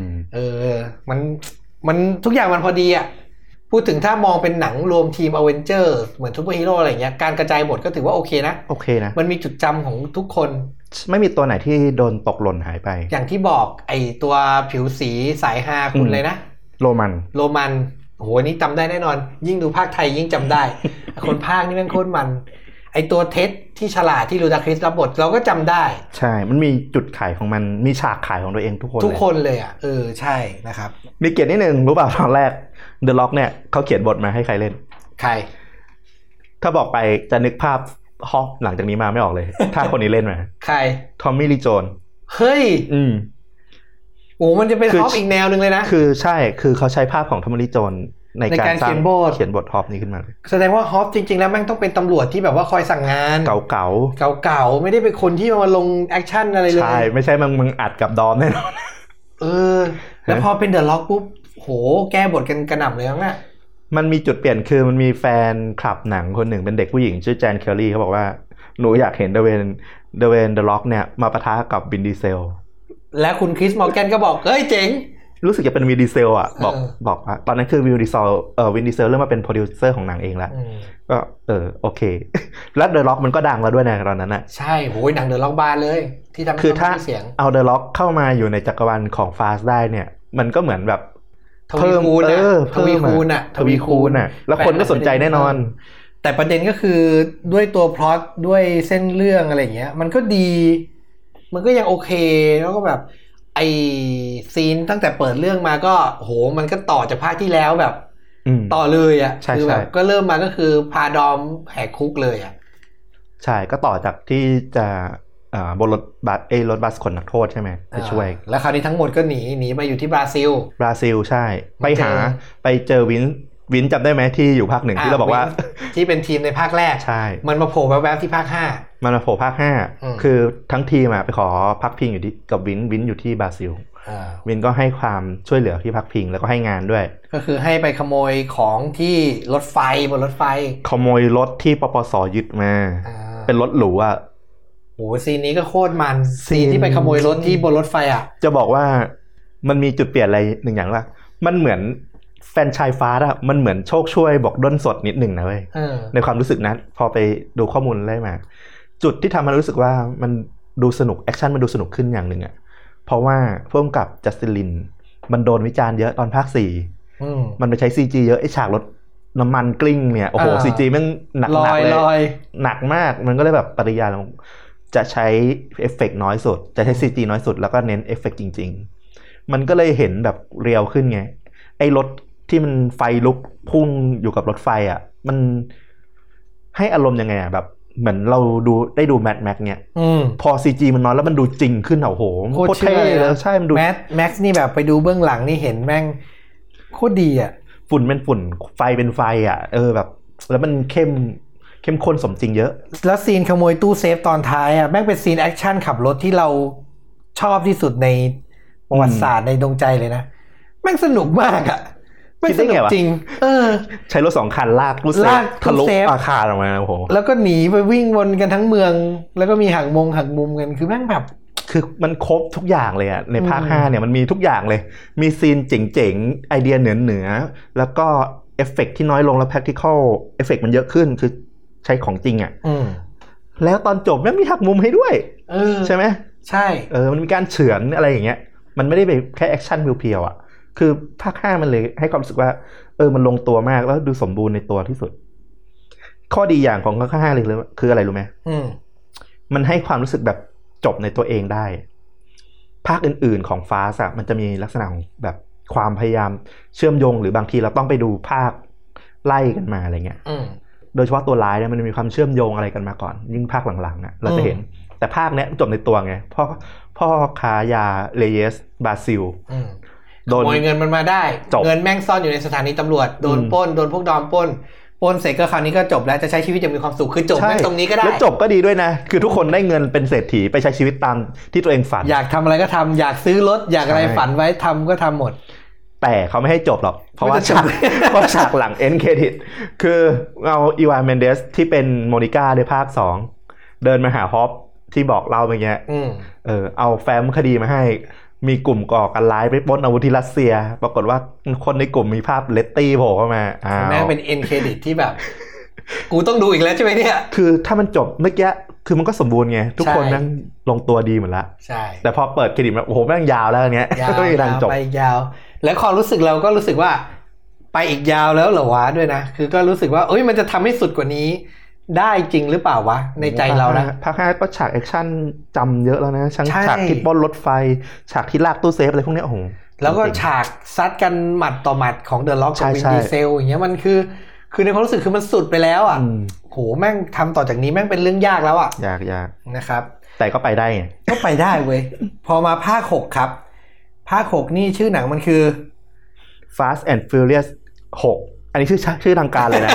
มันทุกอย่างมันพอดีอ่ะพูดถึงถ้ามองเป็นหนังรวมทีมอเวนเจอร์เหมือนซุปเปอร์ฮีโร่อะไรเงี้ยการกระจายบทก็ถือว่าโอเคนะมันมีจุดจำของทุกคนไม่มีตัวไหนที่โดนตกหล่นหายไปอย่างที่บอกไอ้ตัวผิวสีสายฮาคุณเลยนะโรมันโอ้โหนี่จำได้แน่นอนยิ่งดูภาคไทยยิ่งจำได้ คนภาคนี่แม่งโคตรมันไอตัวเท็ดที่ฉลาดที่ลูดาคริสรับบทเราก็จำได้ใช่มันมีจุดขายของมันมีฉากขายของตัวเองทุกคนเลยอ่ะใช่นะครับมีเกียรตินิดนึงรู้เปล่าตอนแรก The Rock เนี่ยเขาเขียนบทมาให้ใครเล่นใครถ้าบอกไปจะนึกภาพฮอปหลังจากนี้มาไม่ออกเลยถ้าคนนี้เล่นมาใครทอมมี่ลีโจนเฮ้ยโอ้มันจะเป็นฮอปอีกแนวนึงเลยนะคือใช่คือเขาใช้ภาพของทอมมี่ลีโจนในการเขียนบทฮอปนี้ขึ้นมาแสดงว่าฮอปจริงๆแล้วแม่งต้องเป็นตำรวจที่แบบว่าคอยสั่งงานเก่าไม่ได้เป็นคนที่มาลงแอคชั่นอะไรเลยใช่ไม่ใช่มึงอัดกับดอมแน่นอนแล้วพอเป็นเดอะล็อกปุ๊บโหแก้บทกันกระหน่ำเลยนะมันมีจุดเปลี่ยนคือมันมีแฟนคลับหนังคนหนึ่งเป็นเด็กผู้หญิงชื่อแจนเคลลี่เขาบอกว่าหนูอยากเห็นเดเวนเดอะล็อกเนี่ยมาปะทะกับวินดีเซลและคุณคริสมอร์แกนก็บอกเอ้ยเจ๋งรู้สึกจะเป็นวินดีเซลอ่ะบอกว่าตอนนั้นคือวินดีเซลเริ่มมาเป็นโปรดิวเซอร์ของหนังเองแล้วก็โอเคแล้วเดอะล็อกมันก็ดังแล้วด้วยนะตอนนั้นน่ะใช่โหยหนังเดอะล็อกบานเลยที่ทำให้เสียงเอาเดอะล็อกเข้ามาอยู่ในจักรวาลของฟาสได้เนี่ยมันก็เหมือนแบบทวีคูณอ่ะแล้วคนก็สนใจแน่นอนแต่ประเด็นก็คือด้วยตัวพล็อตด้วยเส้นเรื่องอะไรเงี้ยมันก็ดีมันก็ยังโอเคแล้วก็แบบไอซีนตั้งแต่เปิดเรื่องมาก็โหมันก็ต่อจากภาคที่แล้วแบบต่อเลยอ่ะคือแบบก็เริ่มมาก็คือพาดอมแหกคุกเลยอ่ะใช่ก็ต่อจากที่จะบนรถบัสขนนักโทษใช่ไหมไปช่วยแล้วคราวนี้ทั้งหมดก็หนีมาอยู่ที่บราซิลใช่ไปเจอวินจำได้ไหมที่อยู่ภาค1ที่เราบอกว่าที่เป็นทีมในภาคแรกใช่มันมาโผล่แวบๆที่ภาค5 มันมาโผล่ภาค5คือทั้งทีมไปขอพักพิงอยู่ที่กับวินอยู่ที่บราซิลวินก็ให้ความช่วยเหลือที่พักพิงแล้วก็ให้งานด้วยก็คือให้ไปขโมยของที่รถไฟบนรถไฟขโมยรถที่ปปส.ยึดมาเป็นรถหรูอ่ะโอ้ซีนนี้ก็โคตรมันซีนที่ไปขโมยรถที่บนรถไฟอ่ะจะบอกว่ามันมีจุดเปลี่ยนอะไรหนึ่งอย่างว่ามันเหมือนแฟนชายฟ้าอะมันเหมือนโชคช่วยบอกด้นสดนิดหนึ่งนะเว้ยในความรู้สึกนั้นพอไปดูข้อมูลได้มาจุดที่ทำให้รู้สึกว่ามันดูสนุกแอคชั่นมันดูสนุกขึ้นอย่างหนึ่งอ่ะเพราะว่าร่วมกับจัสตินลินมันโดนวิจารณ์เยอะตอนภาค4มันไปใช้ CG เยอะไอ้ฉากรถน้ำมันกลิ้งเนี่ยโอ้โห CG แม่งหนักเลยหนักมากมันก็เลยแบบปริยายจะใช้เอฟเฟกต์น้อยสุดจะใช้ CG น้อยสุดแล้วก็เน้นเอฟเฟกต์จริงๆมันก็เลยเห็นแบบเรียวขึ้นไงไอ้รถที่มันไฟลุกพุ่งอยู่กับรถไฟอ่ะมันให้อารมณ์ยังไงอ่ะแบบเหมือนเราได้ดูแมทแม็กเนี่ยพอ CG มันน้อยแล้วมันดูจริงขึ้นโอ้โหโคตรเท่เลยใช่มันดูแมทนี่แบบไปดูเบื้องหลังนี่เห็นแม่งโคตรดีอ่ะฝุ่นเป็นฝุ่นไฟเป็นไฟอ่ะแบบแล้วมันเข้มข้นสมจริงเยอะแล้วซีนขโมยตู้เซฟตอนท้ายอ่ะแม่งเป็นซีนแอคชั่นขับรถที่เราชอบที่สุดในประวัติศาสตร์ในดวงใจเลยนะแม่งสนุกมากอ่ะไม่สนุกจริงใช้รถ2 คันลากตู้เซฟทะลุอาคารออกมาโอ้โหแล้วก็หนีไปวิ่งวนกันทั้งเมืองแล้วก็มีหักมุมกันคือแม่งแบบคือมันครบทุกอย่างเลยอ่ะในภาค5เนี่ยมันมีทุกอย่างเลยมีซีนเจ๋งๆไอเดียเหนือแล้วก็เอฟเฟกต์ที่น้อยลงแล้ว practical เอฟเฟกต์มันเยอะขึ้นคือใช้ของจริงอ่ะแล้วตอนจบแม่งมีหักมุมให้ด้วยใช่ไหมใช่มันมีการเฉือนอะไรอย่างเงี้ยมันไม่ได้ไปแค่แอคชั่นเพียวๆอ่ะคือภาค5มันเลยให้ความรู้สึกว่ามันลงตัวมากแล้วดูสมบูรณ์ในตัวที่สุดข้อดีอย่างของภาค5เลยคืออะไรรู้ไหมมันให้ความรู้สึกแบบจบในตัวเองได้ภาคอื่นๆของฟาสอะมันจะมีลักษณะของแบบความพยายามเชื่อมโยงหรือบางทีเราต้องไปดูภาคไล่กันมาอะไรเงี้ยโดยเฉพาะตัวร้ายเนี่ยมันมีความเชื่อมโยงอะไรกันมาก่อนยิ่งภาคหลังๆอะเราจะเห็นแต่ภาคเนี้ยจบในตัวไงพ่อค้ายาเลเยสบราซิลขโมยเงินมันมาได้เงินแม่งซ่อนอยู่ในสถานีตำรวจโดนปล้นโดนพวกดอมปล้นเสร็จก็คราวนี้ก็จบแล้วจะใช้ชีวิตอย่างมีความสุขคือจบแม่งตรงนี้ก็ได้แล้วจบก็ดีด้วยนะคือทุกคนได้เงินเป็นเศรษฐีไปใช้ชีวิตตามที่ตัวเองฝันอยากทำอะไรก็ทำอยากซื้อรถอยากอะไรฝันไว้ทำก็ทำหมดแต่เขาไม่ให้จบหรอกเพราะว่าฉากหลังเอ็นเครดิตคือเอาอีวานเมนเดสที่เป็นโมนิก้าในภาค2เดินมาหาฮอปที่บอกเล่าเมื่อกี้เอาแฟ้มคดีมาให้มีกลุ่มก่อการร้ายไปปล้นอาวุธที่รัสเซียปรากฏว่าคนในกลุ่มมีภาพเลตตี้โผล่เข้ามาแม่งเป็นเอ็นเครดิตที่แบบกูต้องดูอีกแล้วใช่ไหมเนี่ยคือถ้ามันจบเมื่อกี้คือมันก็สมบูรณ์ไงทุกคนนั่งลงตัวดีหมดละใช่แต่พอเปิดเครดิตมาโอ้โหแม่งยาวแล้วเนี้ยก็ไม่มีทางจบไปยาวแล้วความรู้สึกเราก็รู้สึกว่าไปอีกยาวแล้วเหรอวะด้วยนะคือก็รู้สึกว่ามันจะทำให้สุดกว่านี้ได้จริงหรือเปล่าวะในใจเรานะภาค5ก็ฉากแอคชั่นจำเยอะแล้วนะฉากที่ปล้นรถไฟฉากที่ลากตู้เซฟอะไรพวกนี้โอ้โหแล้วก็ฉากซัดกันหมัดต่อหมัดของเดอะล็อกกับวินดีเซลอย่างเงี้ยมันคือในความรู้สึกคือมันสุดไปแล้วอ่ะโหแม่งทำต่อจากนี้แม่งเป็นเรื่องยากแล้วอ่ะยากนะครับแต่ก็ไปได้ไงก็ไปได้เว้ยพอมาภาค6ครับภาค6นี่ชื่อหนังมันคือ Fast and Furious 6อันนี้ชื่อทางการเลยนะ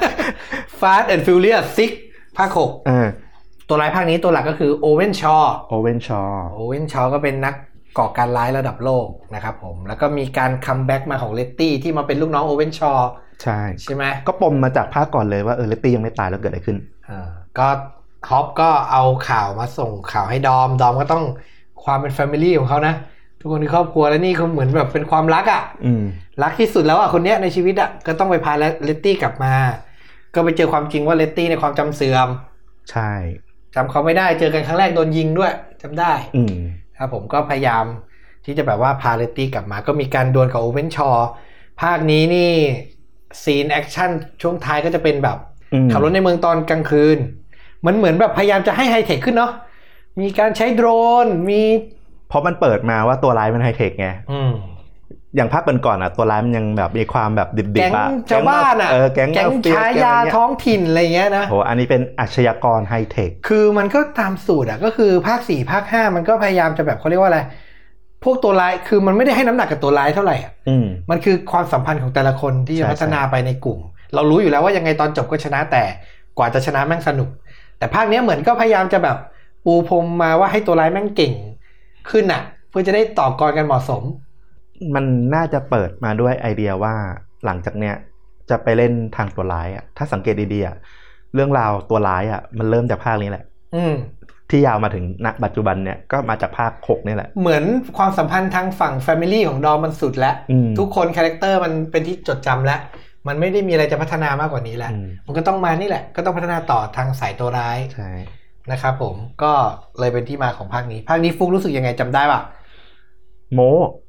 Fast and Furious 6ภาค6ตัวร้ายภาคนี้ตัวหลักก็คือโอเวนชอก็เป็นนักก่อการร้ายระดับโลกนะครับผมแล้วก็มีการคัมแบ็กมาของเลตตี้ที่มาเป็นลูกน้องโอเวนชอใช่ไหมก็ปมมาจากภาคก่อนเลยว่าเลตตี้ยังไม่ตายแล้วเกิดอะไรขึ้นก็ฮอปก็เอาข่าวมาส่งข่าวให้ดอมก็ต้องความเป็นแฟมิลี่ของเขานะทุกคนในครอบครัวแล้วนี่เขาเหมือนแบบเป็นความรักอ่ะรักที่สุดแล้วอ่ะคนเนี้ยในชีวิตอ่ะก็ต้องไปพาเลตตี้กลับมาก็ไปเจอความจริงว่าเลตตี้ในความจำเสื่อมใช่จำเขาไม่ได้เจอกันครั้งแรกโดนยิงด้วยจำได้ครับผมก็พยายามที่จะแบบว่าพาเลตตี้กลับมาก็มีการดวลกับโอเวนชอภาคนี้นี่ซีนแอคชั่นช่วงท้ายก็จะเป็นแบบขับรถในเมืองตอนกลางคืนมันเหมือนแบบพยายามจะให้ไฮเทคขึ้นเนาะมีการใช้โดรนมีเพราะมันเปิดมาว่าตัวร้ายมันไฮเทคไงอย่างภาคก่อนๆอ่ะตัวร้ายมันยังแบบมีความแบบดิบๆอ่ะชาวบ้านอ่ะแก๊งชายาท้องถิ่นอะไรเงี้ยนะโหอันนี้เป็นอาชญากรไฮเทคคือมันก็ตามสูตรอ่ะก็คือภาค4ภาค5มันก็พยายามจะแบบเขาเรียกว่าอะไรพวกตัวร้ายคือมันไม่ได้ให้น้ำหนักกับตัวร้ายเท่าไหร่อ่ะมันคือความสัมพันธ์ของแต่ละคนที่จะพัฒนาไปในกลุ่มเรารู้อยู่แล้วว่ายังไงตอนจบก็ชนะแต่กว่าจะชนะแม่งสนุกแต่ภาคนี้เหมือนก็พยายามจะแบบปูพรมมาว่าให้ตัวร้ายแม่งเก่งขึ้นอ่ะเพื่อจะได้ต่อกรกันเหมาะสมมันน่าจะเปิดมาด้วยไอเดียว่าหลังจากเนี้ยจะไปเล่นทางตัวร้ายอ่ะถ้าสังเกตดีๆอ่ะเรื่องราวตัวร้ายอ่ะมันเริ่มจากภาคนี้แหละที่ยาวมาถึงณปัจจุบันเนี่ยก็มาจากภาค6นี่แหละเหมือนความสัมพันธ์ทางฝั่ง Family ของดอมมันสุดแล้วทุกคนคาแรคเตอร์มันเป็นที่จดจำแล้วมันไม่ได้มีอะไรจะพัฒนามากกว่านี้แล้วมันก็ต้องมานี่แหละก็ต้องพัฒนาต่อทางสายตัวร้ายใช่นะครับผมก็เลยเป็นที่มาของภาคนี้ฟุกรู้สึกยังไงจำได้ป่ะโม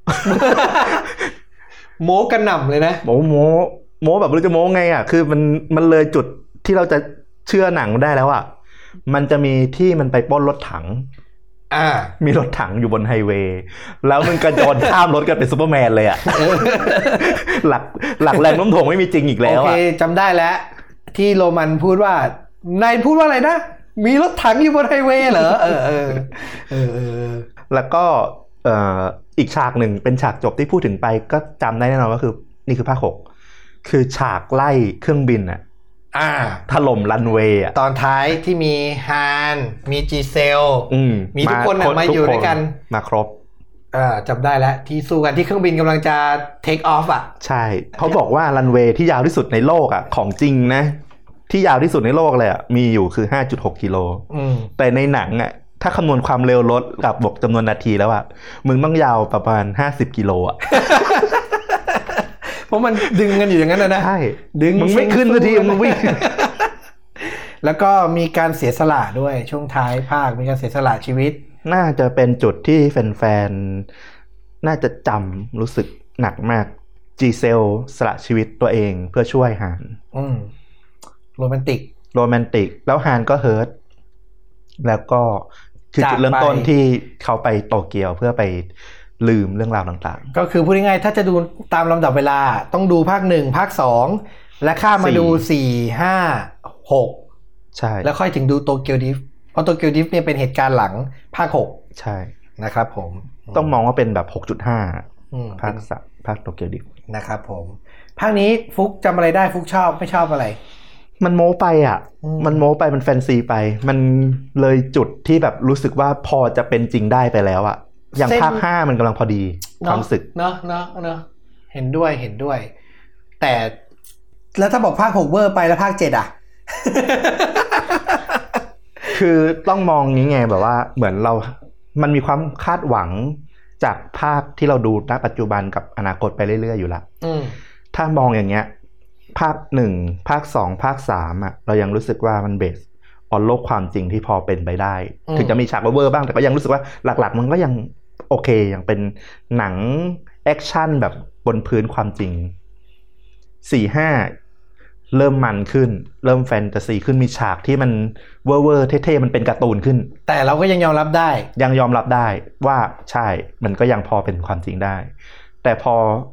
โมกันหน่ำเลยนะโมแบบไม่รู้จะโมไงอ่ะคือมันเลยจุดที่เราจะเชื่อหนังได้แล้วอ่ะมันจะมีที่มันไปปล้นรถถังมีรถถังอยู่บนไฮเวย์แล้วมันกระโจนข้ามรถกันเป็นซูเปอร์แมนเลยอ่ะ หลักแรงโน้มถ่วงไม่มีจริงอีกแล้วโอเคจำได้แล้วที่โรมันพูดว่านายพูดว่าอะไรนะมีรถถังอยู่บนไฮเวย์เหรอแล้วก็อีกฉากหนึ่งเป็นฉากจบที่พูดถึงไปก็จำได้แน่นอนก็คือนี่คือภาค 6คือฉากไล่เครื่องบินอ่ะถล่มรันเวย์ตอนท้ายที่มีฮานมีจีเซลมีทุกคนมาอยู่ด้วยกันมาครบจำได้แล้วที่สู้กันที่เครื่องบินกำลังจะเทคออฟอ่ะใช่เขาบอกว่ารันเวย์ที่ยาวที่สุดในโลกอ่ะของจริงนะที่ยาวที่สุดในโลกเลยอ่ะมีอยู่คือ 5.6 กิโลแต่ในหนังอ่ะถ้าคำนวณความเร็วรถกับบวกจำนวนนาทีแล้วอ่ะมึงต้องยาวประมาณ50 กิโลอ่ะเพราะมันดึงกันอยู่อย่างนั้นนะใช่ดึงมึงไม่ขึ้นสักทีมึงวิ่งแล้วก็มีการเสียสละด้วยช่วงท้ายภาคมีการเสียสละชีวิตน่าจะเป็นจุดที่แฟนๆน่าจะจำรู้สึกหนักมากจีเซลสละชีวิตตัวเองเพื่อช่วยฮานโรแมนติกแล้วฮานก็เฮิร์ตแล้วก็คือจุดเริ่มต้นที่เขาไปโตเกียวเพื่อไปลืมเรื่องราวต่างๆก็คือพูดง่ายๆถ้าจะดูตามลำดับเวลาต้องดูภาค1ภาค2และข้ามมาดู4 5 6 ใช่แล้วค่อยถึงดูโตเกียวดริฟต์เพราะโตเกียวดริฟต์เนี่ยเป็นเหตุการณ์หลังภาค6 ใช่นะครับผมต้องมองว่าเป็นแบบ 6.5 ภาคโตเกียวดริฟต์นะครับผมภาคนี้ฟุกจำอะไรได้ฟุกชอบไม่ชอบอะไรมันโม้ไปอ่ะมันโม้ไปมันแฟนซีไปมันเลยจุดที่แบบรู้สึกว่าพอจะเป็นจริงได้ไปแล้วอ่ะอย่างภาค5มันกำลังพอดีความรู้สึกเนาะเห็นด้วยแต่แล้วถ้าบอกภาค6เวอร์ไปแล้วภาค7อ่ะคือต้องมองนี้ไงแบบว่าเหมือนมันมีความคาดหวังจากภาคที่เราดูณปัจจุบันกับอนาคตไปเรื่อยๆอยู่ละถ้ามองอย่างเงี้ยภาค1ภาค2ภาค3อ่ะเรายังรู้สึกว่ามันเบสออนโลกความจริงที่พอเป็นไปได้ถึงจะมีฉากเวอร์บ้างแต่ก็ยังรู้สึกว่าหลักๆมันก็ยังโอเคยังเป็นหนังแอคชั่นแบบบนพื้นความจริง 4-5 เริ่มมันขึ้นเริ่มแฟนตาซีขึ้นมีฉากที่มันเวอร์เท่ๆมันเป็นการ์ตูนขึ้นแต่เราก็ยังยอมรับได้ว่าใช่มันก็ยังพอเป็นความจริงได้แต่พอ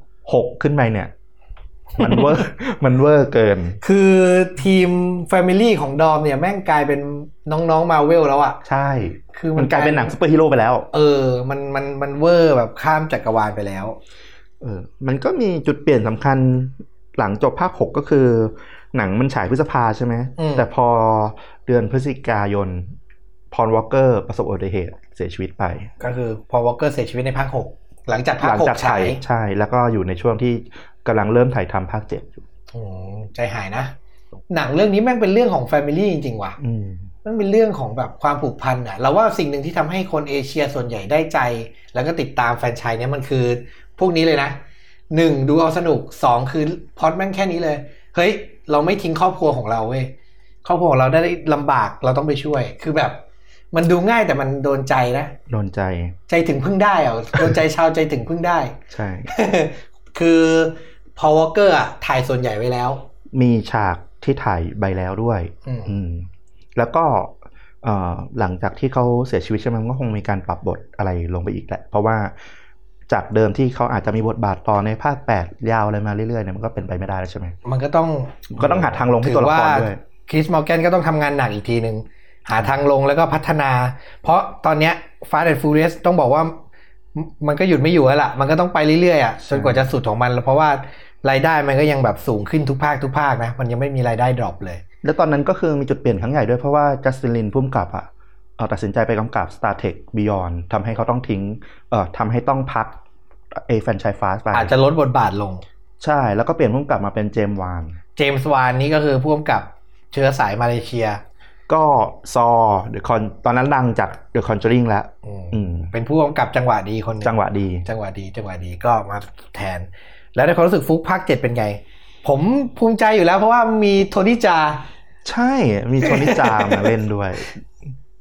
6ขึ้นไปเนี่ยมันเวอร์เกินคือทีม Family ของดอมเนี่ยแม่งกลายเป็นน้องๆ Marvel แล้วอ่ะใช่คือมันกลายเป็นหนังซุปเปอร์ฮีโร่ไปแล้วมันเวอร์แบบข้ามจักรวาลไปแล้วมันก็มีจุดเปลี่ยนสำคัญหลังจบภาค6ก็คือหนังมันฉายพฤษภาใช่ไหมแต่พอเดือนพฤศจิกายนพอล วอลเกอร์ประสบอุบัติเหตุเสียชีวิตไปก็คือพอล วอลเกอร์เสียชีวิตในภาค6หลังจากภาค6ฉายใช่แล้วก็อยู่ในช่วงที่กำลังเริ่มถ่ายทำภาค7อยู่ใจหายนะหนังเรื่องนี้แม่งเป็นเรื่องของ Family จริงๆว่ะมันเป็นเรื่องของแบบความผูกพันอ่ะเราว่าสิ่งหนึ่งที่ทำให้คนเอเชียส่วนใหญ่ได้ใจแล้วก็ติดตามแฟรนไชส์เนี้ยมันคือพวกนี้เลยนะ1ดูเอาสนุก2คือพล็อตแม่งแค่นี้เลยเฮ้ยเราไม่ทิ้งครอบครัวของเราเว้ยครอบครัวของเราได้ลำบากเราต้องไปช่วยคือแบบมันดูง่ายแต่มันโดนใจนะโดนใจถึงพึ่งได้อ่ะโดนใจชาวใจถึงพึ่งได้ใช่คือพอล วอลเกอร์อ่ะถ่ายส่วนใหญ่ไว้แล้วมีฉากที่ถ่ายใบแล้วด้วยแล้วก็หลังจากที่เขาเสียชีวิตใช่ไหมมันก็คงมีการปรับบทอะไรลงไปอีกแหละเพราะว่าจากเดิมที่เขาอาจจะมีบทบาทต่อในภาค8ยาวอะไรมาเรื่อยๆเนี่ยมันก็เป็นไปไม่ได้แล้วใช่ไหมมันก็ต้องหาทางลงให้ตัวละครด้วยคริส มอร์แกนก็ต้องทำงานหนักอีกทีนึงหาทางลงแล้วก็พัฒนาเพราะตอนเนี้ย Fast and Furious ต้องบอกว่ามันก็หยุดไม่อยู่แล้วล่ะมันก็ต้องไปเรื่อยๆอ่ะจนกว่าจะสุดของมันเพราะว่ารายได้มันก็ยังแบบสูงขึ้นทุกภาคนะมันยังไม่มีรายได้ดรอปเลยแล้วตอนนั้นก็คือมีจุดเปลี่ยนครั้งใหญ่ด้วยเพราะว่าจัสติน ลินพุ่มกับอ่ะตัดสินใจไปกำกับ Star Trek Beyond ทำให้เขาต้องทิ้งทำให้ต้องพักแฟรนไชส์ Fast ไปอาจจะลดบทบาทลงใช่แล้วก็เปลี่ยนพุ่มกับมาเป็นเจมส์วานนี่ก็คือพุ่มกับเชื้อสายมาเลเซียก็ซอตอนนั้นดังจาก The Conjuring แล้วเป็นผู้กำกับจังหวะดีคนนึงจังหวะดีก็มาแทนแล้วในความรู้สึกฟุกภาค7เป็นไงผมภูมิใจอยู่แล้วเพราะว่ามีโทนี่จาใช่มีโทนี่จามาเล่นด้วย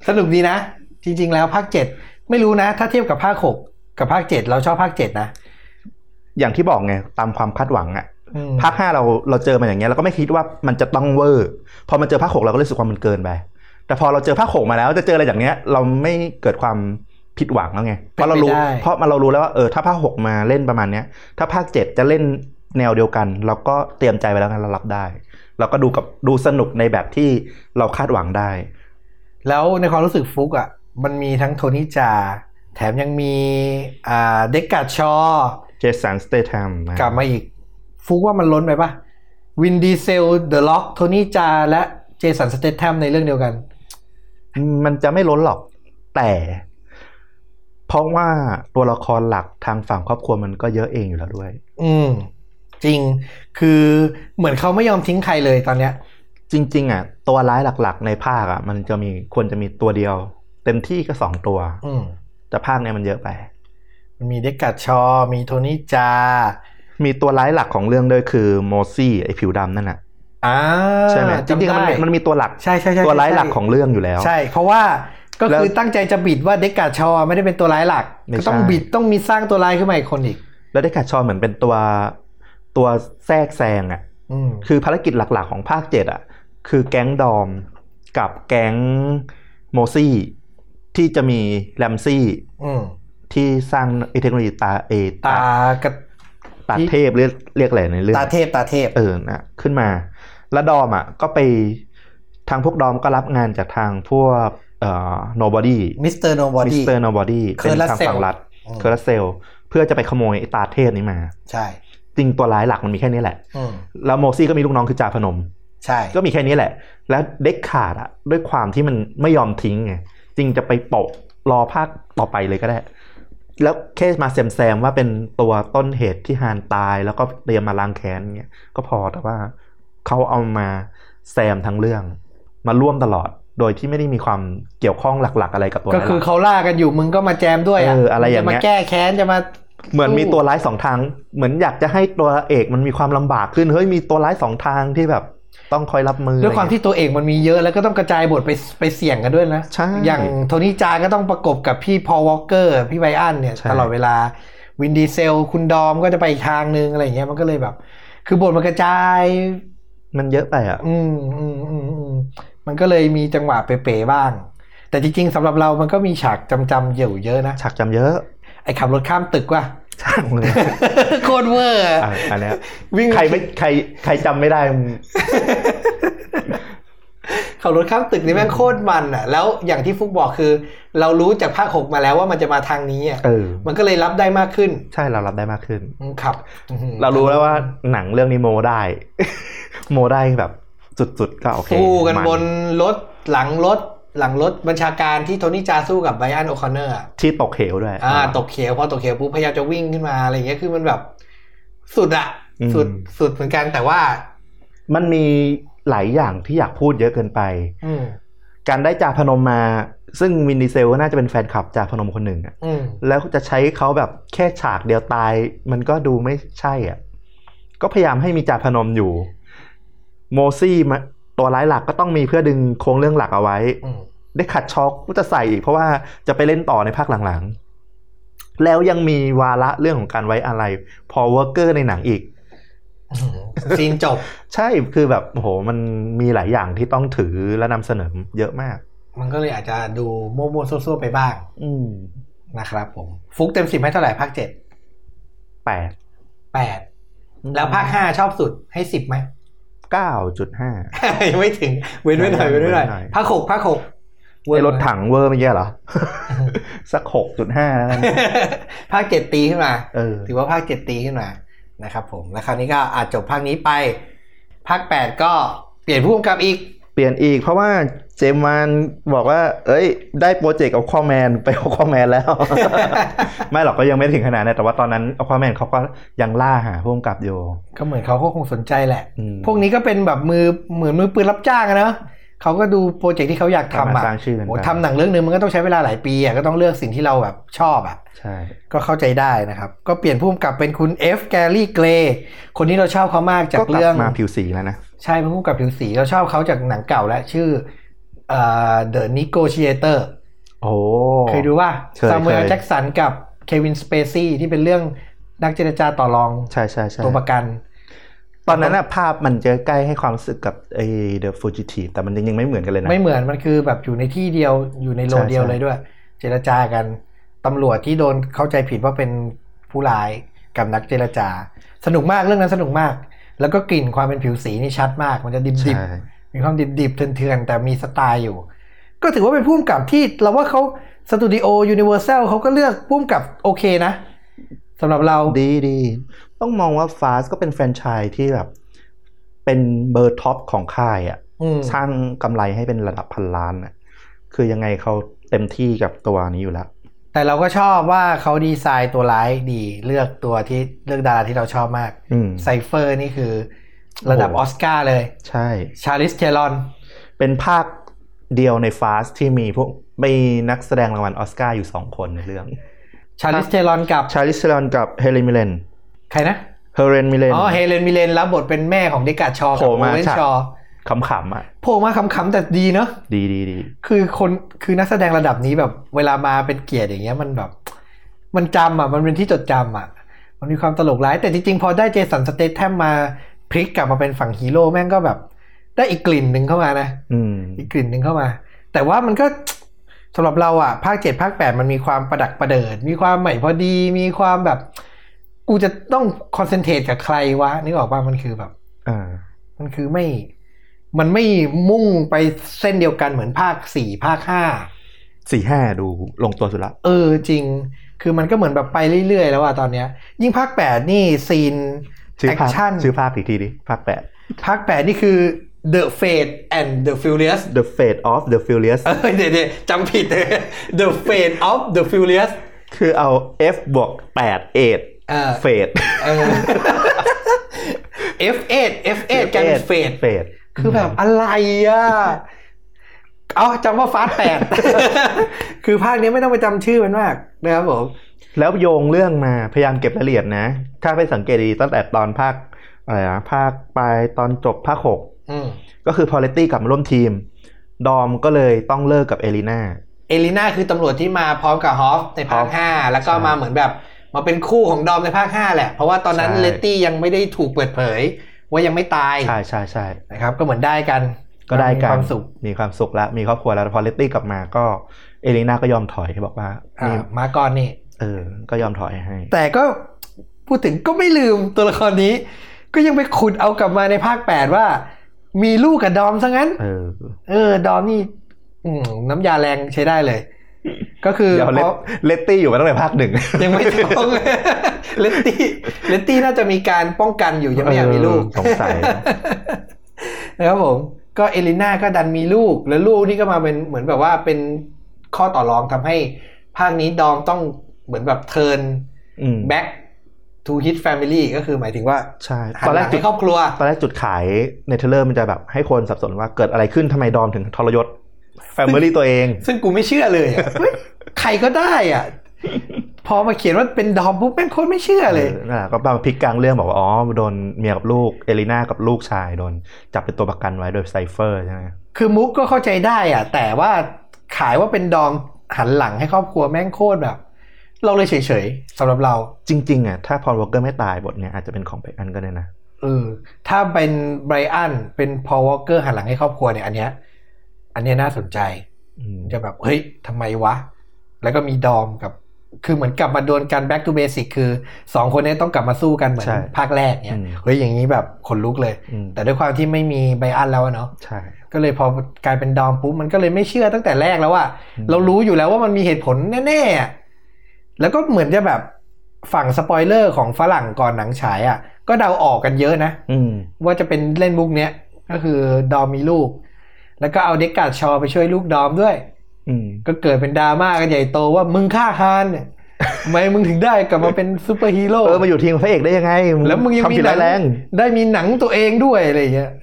สนุกดีนะจริงๆแล้วภาค7ไม่รู้นะถ้าเทียบกับภาค6กับภาค7เราชอบภาค7นะอย่างที่บอกไงตามความคาดหวังอ่ะภาค5เราเจอมันอย่างเงี้ยเราก็ไม่คิดว่ามันจะต้องเวอร์พอมันเจอภาค6เราก็รู้สึกว่ามันเกินไปแต่พอเราเจอภาค6มาแล้วจะเจออะไรอย่างเงี้ยเราไม่เกิดความผิดหวังแล้วไงเพราะเรารู้แล้วว่าถ้าภาค6มาเล่นประมาณเนี้ยถ้าภาค7จะเล่นแนวเดียวกันเราก็เตรียมใจไว้แล้วกันเรารับได้เราก็ดูสนุกในแบบที่เราคาดหวังได้แล้วในความรู้สึกฟุกอ่ะมันมีทั้งโทนี่จาแถมยังมีเด็กกัดชอเจสันสเตทัมกลับมาอีกฟุกว่ามันล้นไปปะวินดีเซลเดอะล็อกโทนี่จาและเจสันสเตทัมในเรื่องเดียวกันมันจะไม่ล้นหรอกแต่เพราะว่าตัวละครหลักทางฝั่งครอบครัวมันก็เยอะเองอยู่แล้วด้วยจริงคือเหมือนเขาไม่ยอมทิ้งใครเลยตอนเนี้ยจริงๆอ่ะตัวร้ายหลักๆในภาคอ่ะมันจะควรจะมีตัวเดียวเต็มที่ก็2ตัวแต่ภาคเนี้ยมันเยอะไปมันมีเด็กกัดชอมีโทนี่จามีตัวร้ายหลักของเรื่องด้วยคือโมซี่ไอ้ผิวดำนั่นน่ะใช่ไหมจริงๆมันมีตัวหลักใช่ตัวร้ายหลักของเรื่องอยู่แล้วใช่เพราะว่าก็คือตั้งใจจะบิดว่าเด็กกัดชอไม่ได้เป็นตัวร้ายหลักก็ต้องบิดต้องมีสร้างตัวร้ายขึ้นมาอีกคนอีกแล้วเด็กกัดชอเหมือนเป็นตัวแทรกแซงอ่ะคือภารกิจหลักๆของภาค7อ่ะคือแก๊งดอมกับแก๊งโมซี่ที่จะมีแรมซี่ที่สร้างเทคโนโลยีตาเทพเรียกอะไรในเรื่องตาเทพนะขึ้นมาแล้วดอมอ่ะก็ไปทางพวกดอมก็รับงานจากทางพวกnobody มิสเตอร์โนบอดี้เป็นทางฝั่งรัฐเคอร์เซลเพื่อจะไปขโมยไอ้ตาเทพนี้มาใช่จริงตัวร้ายหลักมันมีแค่นี้แหละแล้วโมซี่ก็มีลูกน้องคือจาพนมใช่ก็มีแค่นี้แหละแล้วเด็กขาดอ่ะด้วยความที่มันไม่ยอมทิ้งไงจริงจะไปโปะรอภาคต่อไปเลยก็ได้แล้วแค่มาแซมว่าเป็นตัวต้นเหตุที่ฮานตายแล้วก็เตรียมมาล้างแค้นเงี้ยก็พอแต่ว่าเขาเอามาแซมทั้งเรื่องมาร่วมตลอดโดยที่ไม่ได้มีความเกี่ยวข้องหลักๆอะไรกับตัวก็คือเขาล่ากันอยู่มึงก็มาแจมด้วยอะไรอย่างเงี้ยจะมาแก้แค้นจะมาเหมือนมีตัวร้าย2ทางเหมือนอยากจะให้ตัวเอกมันมีความลำบากขึ้นเฮ้ยมีตัวร้าย2ทางที่แบบต้องคอยรับมือด้วยความที่ตัวเอกมันมีเยอะแล้วก็ต้องกระจายบทไปเสี่ยงกันด้วยนะอย่างโทนี่จาก็ต้องประกบกับพี่พอลวอลเกอร์พี่ไบอันเนี่ยตลอดเวลาวินดีเซลคุณดอมก็จะไปอีกทางนึงอะไรอย่างเงี้ยมันก็เลยแบบคือบทมันกระจายมันเยอะไปอ่ะมันก็เลยมีจังหวะเป๋ๆบ้างแต่จริงๆสำหรับเรามันก็มีฉากจำอยู่เยอะนะฉากจำเยอะไอ้ขับรถข้ามตึกว่ะช่างเลยโคตรเวอร์อันนี้วิ่งใครจำไม่ได้ขับรถข้ามตึกนี่แม่งโคตรมันอ่ะแล้วอย่างที่ฟุกบอกคือเรารู้จากภาค6มาแล้วว่ามันจะมาทางนี้อ่ะมันก็เลยรับได้มากขึ้นใช่เรารับได้มากขึ้นครับเรารู้แล้วว่าหนังเรื่องนี้โมได้แบบสุดๆก็โอเคสู้กันบนรถหลังรถบัญชาการที่โทนี่จาสู้กับไบรอันโอคอนเนอร์ที่ตกเหวด้วยตกเหวพอตกเหวปุ๊บพยายามจะวิ่งขึ้นมาอะไรอย่างเงี้ยคือมันแบบสุดอะสุดเหมือนกันแต่ว่ามันมีหลายอย่างที่อยากพูดเยอะเกินไปการได้จาพนมมาซึ่งวินดีเซลก็น่าจะเป็นแฟนคลับจาพนมคนหนึ่งอะแล้วจะใช้เขาแบบแค่ฉากเดียวตายมันก็ดูไม่ใช่อ่ะก็พยายามให้มีจาพนมอยู่โมซี่ตัวร้ายหลักก็ต้องมีเพื่อดึงโครงเรื่องหลักเอาไว้ได้ขัดช็อกก็จะใส่อีกเพราะว่าจะไปเล่นต่อในภาคหลังๆแล้วยังมีวาระเรื่องของการไว้อะไรพอวอร์เกอร์ในหนังอีกซีนจบใช่คือแบบโหมันมีหลายอย่างที่ต้องถือและนำเสนอเยอะมากมันก็เลยอาจจะดูโม่ๆซั่วๆไปบ้างนะครับผมฟุกเต็ม10ให้เท่าไหร่ภาค7 8แล้วภาค5ชอบสุดให้10มั้ย 9.5 ยังไม่ถึงเว้นไว้หน่อยภาค6 ในรถถังเวอร์ไม่แย่เหรอสัก 6.5 แล้วกันภาค7ตีขึ้นมาถือว่าภาค7ตีขึ้นมานะครับผมแล้วคราวนี้ก็อาจจบภาคนี้ไปภาค8ก็เปลี่ยนผู้กำกับอีกเพราะว่าเจมส์วานบอกว่าได้โปรเจกต์AquamanไปAquamanแล้ว ไม่หรอกก็ยังไม่ถึงขนาดนั้นแต่ว่าตอนนั้นAquamanเขาก็ยังล่าหาผู้กำกับอยู่ก็เหมือนเขาก็คงสนใจแหละพวกนี้ก็เป็นแบบเหมือนมือปืนรับจ้างนะเขาก็ดูโปรเจกต์ที่เขาอยากทำทำหนังเรื่องนึงมันก็ต้องใช้เวลาหลายปีก็ต้องเลือกสิ่งที่เราแบบชอบใช่ก็เข้าใจได้นะครับก็เปลี่ยนผู้กำกับเป็นคุณเอฟแกรี่เกรย์คนนี้เราชอบเขามากจากเรื่องมาผิวสีแล้วนะใช่เป็นผู้กำกับผิวสีเราชอบเขาจากหนังเก่าแล้วชื่อ The Negotiator โอ้เคยดูป่ะซามูเอล แจ็กสันกับเควิน สเปซี่ที่เป็นเรื่องนักเจรจาต่อรองใช่ๆๆตัวประกันตอนนั้นน่ะภาพมันจะใกล้ให้ความรู้สึกกับไอ้ The Fugitive แต่มันยังไม่เหมือนกันเลยนะไม่เหมือนมันคือแบบอยู่ในที่เดียวอยู่ในโลเดียวเลยด้วยเจรจากันตำรวจที่โดนเข้าใจผิดว่าเป็นผู้ร้ายกับนักเจรจาสนุกมากเรื่องนั้นสนุกมากแล้วก็กลิ่นความเป็นผิวสีนี่ชัดมากมันจะดิบๆมีความดิบๆเถื่อนๆแต่มีสไตล์อยู่ก็ถือว่าเป็นผู้กำกับที่เราว่าเขาสตูดิโอยูนิเวอร์แซลเขาก็เลือกผู้กำกับโอเคนะสำหรับเราดีต้องมองว่า Fast ก็เป็นแฟรนไชส์ที่แบบเป็นเบอร์ท็อปของค่ายอ่ะสร้างกำไรให้เป็นระดับพันล้านอ่ะคือยังไงเขาเต็มที่กับตัวนี้อยู่แล้วแต่เราก็ชอบว่าเขาดีไซน์ตัวร้ายดีเลือกตัวที่เลือกดาราที่เราชอบมากไซเฟอร์นี่คือระดับออสการ์เลยใช่ชาลิสเทรอนเป็นภาคเดียวใน Fast ที่มีพวกมีนักแสดงรางวัลออสการ์อยู่2คนในเรื่องชาลิสเทรอนกับเฮเลนมิเลนใครนะเฮเลนมิเลนเฮเลนมิเลนรับบทเป็นแม่ของเดกัดชอกับโอเวนชอขำๆอ่ะโผล่มาขำๆแต่ดีเนาะดีคือนักแสดงระดับนี้แบบเวลามาเป็นเกียรติอย่างเงี้ยมันแบบมันจำอ่ะมันเป็นที่จดจำอ่ะมันมีความตลกร้ายแต่จริงๆพอได้เจสันสเตทัมมาพลิกกลับมาเป็นฝั่งฮีโร่แม่งก็แบบได้อีกกลิ่นนึงเข้ามานะอีกกลิ่นนึงเข้ามาแต่ว่ามันก็สำหรับเราอ่ะภาค7ภาค8มันมีความประดักประเดิดมีความใหม่พอดีมีความแบบกูจะต้องคอนเซนเทรตกับใครวะนึกออกป่ะมันคือแบบมันคือมันไม่มุ่งไปเส้นเดียวกันเหมือนภาค4ภาค5 4-5ดูลงตัวสุดละจริงคือมันก็เหมือนแบบไปเรื่อยๆแล้วอ่ะตอนเนี้ยยิ่งภาค8นี่ซีนแอคชั่นชื่อภาคอีกทีดิภาค 8นี่คือ The Fate and the Furious The Fate of the Furious เดี๋ยวจำผิดเลย The Fate of the Furious คือเอา F บวก8 8 Fate F8 กลายเป็น Fate คือแบบอะไรอ่ะจำว่าฟาสต์8คือภาคนี้ไม่ต้องไปจำชื่อมันมากนะครับผมแล้วโยงเรื่องมาพยายามเก็บรายละเอียดนะถ้าไปสังเกตดีตั้งแต่ตอนภาคอะไรนะภาคปลายตอนจบภาค6ก็คือพอเลตตี้กลับมาร่วมทีมดอมก็เลยต้องเลิกกับเอลิน่าคือตำรวจที่มาพร้อมกับฮอฟในภาค5แล้วก็มาเหมือนแบบมาเป็นคู่ของดอมในภาค5แหละเพราะว่าตอนนั้นเลตตี้ยังไม่ได้ถูกเปิดเผยว่ายังไม่ตายใช่นะครับก็เหมือนได้กันก็ได้กันมีความสุขแล้วมีครอบครัวแล้วพอเลตตี้กลับมาก็เอลิน่าก็ยอมถอยบอกว่ามาก่อนนี่ก็ยอมถอยให้แต่ก็พูดถึงก็ไม่ลืมตัวละครนี้ก็ยังไปขุดเอากลับมาในภาค8ว่ามีลูกกับดอมซะงั้นดอมนี่น้ำยาแรงใช้ได้เลยก็คือเลตตี้อยู่มาตั้งแต่ภาค1 ยังไม่ท้องเลตตี้น่าจะมีการป้องกันอยู่ยังไม่อยากมีลูกสงสัยนะครับผมก็เอลิน่าก็ดันมีลูกแล้วลูกนี่ก็มาเป็นเหมือนแบบว่าเป็นข้อต่อรองทำให้ภาคนี้ดอมต้องเหมือนแบบเทิร์นback to his family ก็คือหมายถึงว่าใช่ตอนแรกจุดครอบครัวตอนแรกจุดขายในเทรลเลอร์มันจะแบบให้คนสับสนว่าเกิดอะไรขึ้นทำไมดอมถึงทรยศ family ตัวเองซึ่งกูไม่เชื่อเลยอ่ะใครก็ได้อ่ะพอมาเขียนว่าเป็นดอมปุ๊บแม่งโคตรไม่เชื่อเลยก็มาพลิกกลางเรื่องบอกว่าโดนเมียกับลูกเอลิน่ากับลูกชายโดนจับเป็นตัวประกันไว้โดยไซเฟอร์ใช่ไหมคือมุกก็เข้าใจได้อ่ะแต่ว่าขายว่าเป็นดอมหันหลังให้ครอบครัวแม่งโคตรแบบเราเลยเฉยๆสำหรับเราจริงๆอ่ะถ้าพอลวอลเกอร์ไม่ตายบทเนี้ยอาจจะเป็นของไบรอันก็ได้นะถ้าเป็นไบรอันเป็นพอลวอลเกอร์หันหลังให้ครอบครัวเนี่ยอันเนี้ยน่าสนใจจะแบบเฮ้ยทำไมวะแล้วก็มีดอมกับคือเหมือนกลับมาโดนกัน back to basic คือ2คนนี้ต้องกลับมาสู้กันเหมือนภาคแรกเนี่ยเฮ้ยอย่างนี้แบบขนลุกเลยแต่ด้วยความที่ไม่มีไบรอันแล้วเนาะใช่ก็เลยพอกลายเป็นดอมปุ๊บมันก็เลยไม่เชื่อตั้งแต่แรกแล้วว่าเรารู้อยู่แล้วว่ามันมีเหตุผลแน่ๆแล้วก็เหมือนจะแบบฝั่งสปอยเลอร์ของฝรั่งก่อนหนังฉายอ่ะก็เดาออกกันเยอะนะว่าจะเป็นเล่นมุกเนี้ยก็คือดอมมีลูกแล้วก็เอาเด็กกาดชอไปช่วยลูกดอมด้วยก็เกิดเป็นดราม่ากันใหญ่โตว่ามึงฆ่าฮานเนี่ยทำไมมึงถึงได้กลับมาเป็นซูเปอร์ฮีโร่มาอยู่ทีมพระเอกได้ยังไงแล้วมึงยังมีหนังได้มีหนังตัวเองด้วยอะไรอย่างเงี้ย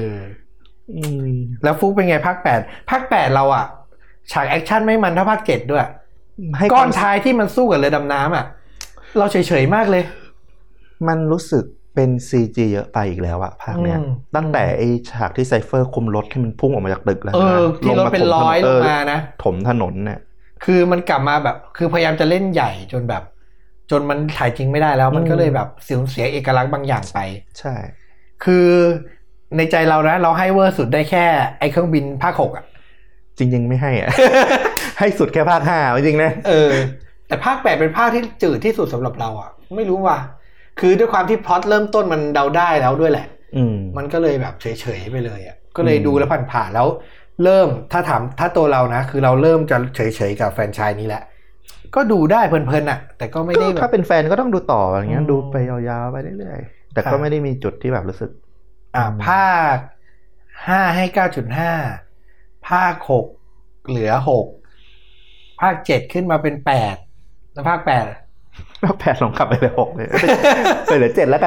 แล้วฟุกเป็นไงภาค8เราอ่ะฉากแอคชั่นไม่มันเท่าภาค7ด้วยก้อนท้ายที่มันสู้กับเรือดำน้ำอ่ะเราเฉยๆมากเลยมันรู้สึกเป็น CG เยอะไปอีกแล้วอะภาคเนี้ยตั้งแต่ไอ้ฉากที่ไซเฟอร์คุมรถให้มันพุ่งออกมาจากตึกแล้วที่รถเป็นร้อยลงมานะถมถนนเนี่ยคือมันกลับมาแบบคือพยายามจะเล่นใหญ่จนแบบจนมันถ่ายจริงไม่ได้แล้วมันก็เลยแบบสูญเสียเอกลักษณ์บางอย่างไปใช่คือในใจเรานะเราให้เวอร์สุดได้แค่ไอ้เครื่องบินภาค6อ่ะจริงๆไม่ให้อ่ะ ให้สุดแค่ภาค5จริงๆนะแต่ภาค8เป็นภาคที่จืดที่สุดสำหรับเราอ่ะไม่รู้ว่าคือด้วยความที่พล็อตเริ่มต้นมันเดาได้แล้วด้วยแหละมันก็เลยแบบเฉยๆไปเลยอ่ะก็เลยดูแล้วผ่านๆแล้วเริ่มถ้าตัวเรานะคือเราเริ่มจะเฉยๆกับแฟรนไชส์นี้แหละก็ดูได้เพลินๆอ่ะแต่ก็ไม่ได้ถ้าเป็นแฟนก็ต้องดูต่ออย่างเงี้ยดูไปยาวๆไปเรื่อยๆแต่ก็ไม่ได้มีจุดที่แบบรู้สึกภาค5ให้ 9.5 ภาค6เหลือ6ภาค7ขึ้นมาเป็น8แล้วภาค8 ลงกลับไปเลย6เลยไปเหลือ7แล้วกัน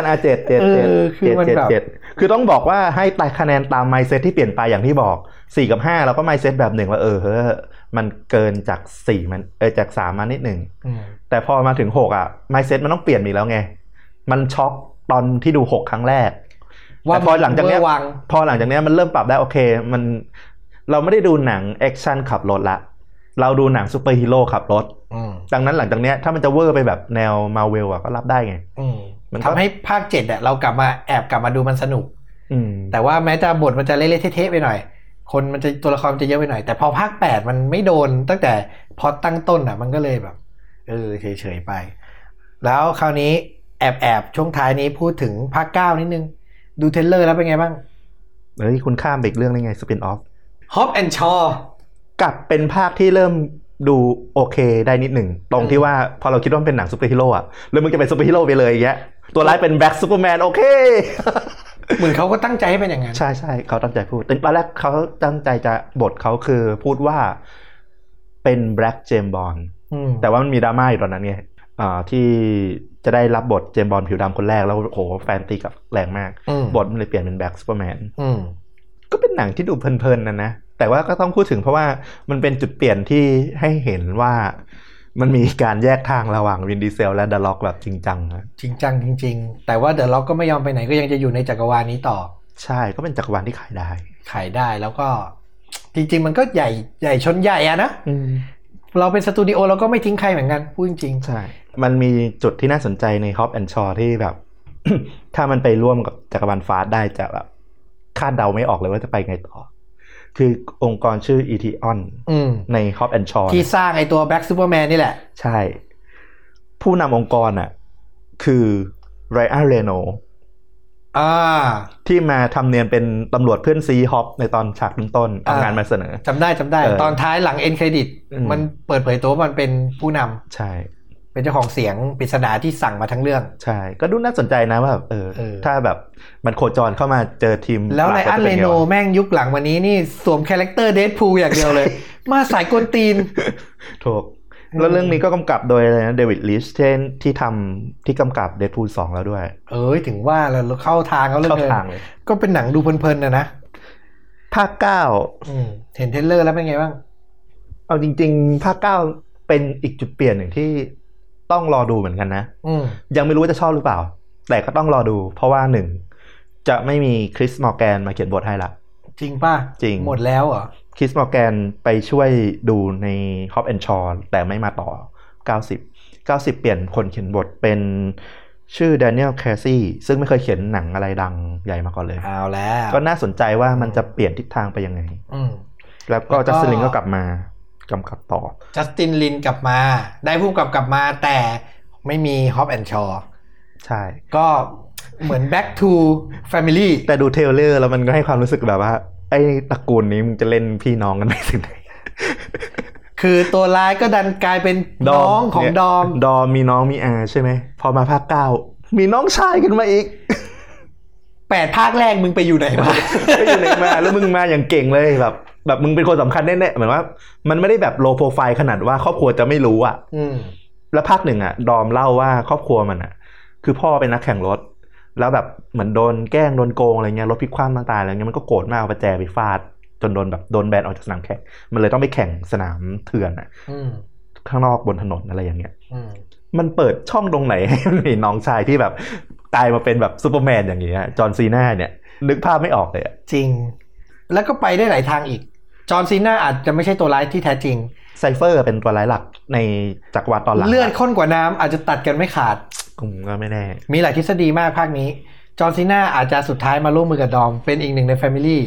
7คือต้องบอกว่าให้ตายคะแนนตาม mindset ที่เปลี่ยนไปอย่างที่บอก4กับ5เราก็ mindset แบบ1ว่ามันเกินจาก4มันจาก3มานิดนึงแต่พอมาถึง6อ่ะ mindset มันต้องเปลี่ยนอีกแล้วไงมันช็อกตอนที่ดู6ครั้งแรกแต่พอหลังจากนี้มันเริ่มปรับได้โอเคมันเราไม่ได้ดูหนังแอคชั่นขับรถละเราดูหนังซูเปอร์ฮีโร่ขับรถดังนั้นหลังจากนี้ถ้ามันจะเวอร์ไปแบบแนวมาร์เวลอ่ะก็รับได้ไงมันทำให้ภาค7อ่ะเรากลับมาดูมันสนุกแต่ว่าแม้จะบทมันจะเละๆเทะๆไปหน่อยคนมันจะตัวละครมันจะเยอะไปหน่อยแต่พอภาค8มันไม่โดนตั้งแต่พอตั้งต้นอ่ะมันก็เลยแบบเฉยๆไปแล้วคราวนี้แอบช่วงท้ายนี้พูดถึงภาค9นิดนึงดูเทรลเลอร์แล้วเป็นไงบ้างคุณข้ามไปอีกเรื่องนึงไงสปินออฟฮอปแอนด์ชอว์กลับเป็นภาคที่เริ่มดูโอเคได้นิดหนึ่งตรงที่ว่าพอเราคิดว่ามันเป็นหนังซูเปอร์ฮีโร่อะแล้วมึงจะเป็นซูเปอร์ฮีโร่ไปเลยอย่างเงี้ยตัวร้ายเป็นแบล็กซูเปอร์แมนโอเคเหมือนเขาก็ตั้งใจให้เป็นอย่างนั้นใช่เขาตั้งใจพูดตอนแรกเขาตั้งใจจะบทเขาคือพูดว่าเป็นแบล็กเจมส์บอนด์แต่ว่ามันมีดราม่าอยู่ตอนนั้นไงที่จะได้รับบทเจมส์บอนด์ผิวดำคนแรกแล้วโหแฟนตีกับแรงมากบทมันเลยเปลี่ยนเป็นแบล็กซูเปอร์แมนก็เป็นหนังที่ดูเพลินๆนะแต่ว่าก็ต้องพูดถึงเพราะว่ามันเป็นจุดเปลี่ยนที่ให้เห็นว่ามันมีการแยกทางระหว่างวินดีเซลและเดอะล็อกแบบจริงจังนะจริงจังจริงๆแต่ว่าเดอะล็อกก็ไม่ยอมไปไหนก็ยังจะอยู่ในจักรวาลนี้ต่อใช่ก็เป็นจักรวาลที่ขายได้แล้วก็จริงๆมันก็ใหญ่ชนใหญ่อะนะเราเป็นสตูดิโอเราก็ไม่ทิ้งใครเหมือนกันพูดจริงใช่มันมีจุดที่น่าสนใจในฮอปแอนด์ชอว์ที่แบบ ถ้ามันไปร่วมกับจักรวาลฟาสได้จะแบบคาดเดาไม่ออกเลยว่าจะไปไงต่อคือองค์กรชื่อ Eteon ใน Hop and Shaw ที่สร้างไอตัว Black Superman นี่แหละใช่ผู้นำองค์กรน่ะคือ Ryan Reynolds ที่มาทำเนียนเป็นตำรวจเพื่อนซีฮอปในตอนฉากต้นเอางานมาเสนอจำได้ตอนท้ายหลังเอ็นเครดิตมันเปิดเผยตัวมันเป็นผู้นำใช่เป็นเจ้าของเสียงปริศนาที่สั่งมาทั้งเรื่องใช่ก็ดูน่าสนใจนะว่าแบบถ้าแบบมันโคจรเข้ามาเจอทีมแล้วไรอันเรโนแม่งยุคหลังวันนี้นี่สวมคาแรคเตอร์เดดพูลอย่างเดียวเลย มาสายกวนตีนถูกแล้วเรื่องนี้ก็กำกับโดยอะไรนะเดวิดลิชเชนที่กำกับเดดพูล2แล้วด้วยถึงว่าเราเข้าทางเขาเลยก็เป็นหนังดูเพลินๆนะภาค9 เห็นเทรลเลอร์แล้วเป็นไงบ้างเอาจริงๆภาค9เป็นอีกจุดเปลี่ยนหนึ่งที่ต้องรอดูเหมือนกันนะยังไม่รู้ว่าจะชอบหรือเปล่าแต่ก็ต้องรอดูเพราะว่า1จะไม่มีคริสมอร์แกนมาเขียนบทให้ละจริงป่ะจริงหมดแล้วเหรอคริสมอร์แกนไปช่วยดูใน Hop and Shaw แต่ไม่มาต่อ90เปลี่ยนคนเขียนบทเป็นชื่อแดเนียลแคสซี่ซึ่งไม่เคยเขียนหนังอะไรดังใหญ่มาก่อนเลยเอาแล้วก็น่าสนใจว่ามันจะเปลี่ยนทิศทางไปยังไงแล้วก็จัสตินลินก็กลับมากำกับต่อจัสตินลินกลับมาได้ผู้กำกับกลับมาแต่ไม่มี Hop and Shaw ใช่ก็เหมือน Back to Family แต่ดูเทรลเลอร์แล้วมันก็ให้ความรู้สึกแบบว่าไอ้ตระกูลนี้มึงจะเล่นพี่น้องกันไปถึงไหนคือตัวร้ายก็ดันกลายเป็นน้องของดอมมีน้องมีอาใช่ไหมพอมาภาค9มีน้องชายกันมาอีก 8ภาคแรกมึงไปอยู่ไหนมาไปอยู่ไหนมาแล้วมึงมาอย่างเก่งเลยแบบมึงเป็นคนสำคัญแน่ๆเหมือนว่ามันไม่ได้แบบโลโปรไฟล์ขนาดว่าครอบครัวจะไม่รู้อ่ะแล้วภาค1อ่ะดอมเล่าว่าครอบครัวมันอ่ะคือพ่อเป็นนักแข่งรถแล้วแบบเหมือนโดนแกล้งโดนโกงอะไรเงี้ยรถพลิกคว่ำตายอะไรเงี้ยมันก็โกรธมากเอาประแจไปฟาดจนโดนแบนออกจากสนามแข่งมันเลยต้องไปแข่งสนามเถื่อนอ่ะข้างนอกบนถนนอะไรอย่างเงี้ยมันเปิดช่องตรงไหนให้มีน้องชายที่แบบกลายมาเป็นแบบซูเปอร์แมนอย่างเงี้ยจอห์นซีน่าเนี่ยนึกภาพไม่ออกเลยจริงแล้วก็ไปได้หลายทางอีกจอห์นซีน่าอาจจะไม่ใช่ตัวร้ายที่แท้จริงไซเฟอร์เป็นตัวร้ายหลักในจักรวาลตอนหลังเลือดข้นกว่าน้ำอาจจะตัดกันไม่ขาดก็ไม่แน่มีหลายทฤษฎีมากภาคนี้จอห์นซีน่าอาจจะสุดท้ายมาร่วมมือกับดอมเป็นอีกหนึ่งในแฟมิลี่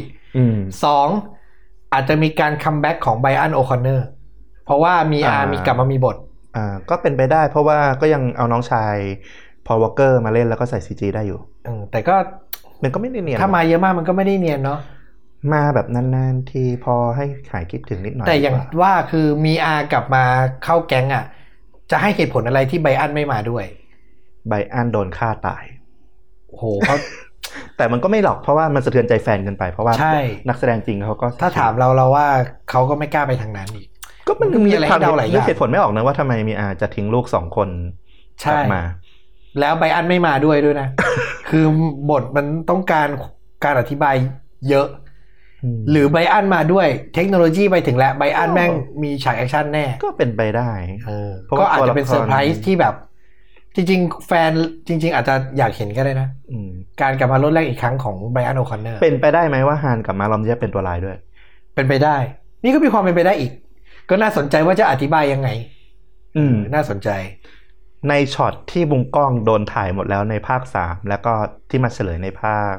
2อาจจะมีการคัมแบ็กของไบรอันโอคอนเนอร์เพราะว่ามีมีกลับมามีบทก็เป็นไปได้เพราะว่าก็ยังเอาน้องชายพอลวอลเกอร์มาเล่นแล้วก็ใส่ CG ได้อยู่แต่ก็มันก็ไม่ได้เนียนถ้ามาเยอะมากมันก็ไม่ได้เนียนเนาะมาแบบนานๆทีพอให้หายคิดถึงนิดหน่อยแต่อย่างว่าคือมีกลับมาเข้าแก๊งจะให้เหตุผลอะไรที่ไบรอันไม่มาด้วยไบรอันโดนฆ่าตายโอ้โหเขาแต่มันก็ไม่หรอกเพราะว่ามันสะเทือนใจแฟนเกินไปเพราะว่านักแสดงจริงเขาก็ถ้าถามเราว่าเขาก็ไม่กล้าไปทางนั้นอีกก็มันมีอะไรให้เดาหลายอย่างเหตุผลไม่ออกนะว่าทำไมมีจะทิ้งลูก2คนกลับมาแล้วไบรอันไม่มาด้วยนะ คือบทมันต้องการอธิบายเยอะหรือไบรอันมาด้วยเทคโนโลยีไปถึงแล้วไบรอันแม่งมีฉากแอคชั่นแน่ก็เป็นไปได้ก็อาจจะเป็นเซอร์ไพรส์ที่แบบจริงๆแฟนจริงๆอาจจะอยากเห็นก็ได้นะการกลับมาลดแรงอีกครั้งของไบรอันโอคอนเนอร์เป็นไปได้ไหมว่าฮานกับมาลอมเยเป็นตัวร้ายด้วยเป็นไปได้นี่ก็มีความเป็นไปได้อีกก็น่าสนใจว่าจะอธิบายยังไงน่าสนใจในช็อตที่มุมกล้องโดนถ่ายหมดแล้วในภาค3แล้วก็ที่มาเฉลยในภาค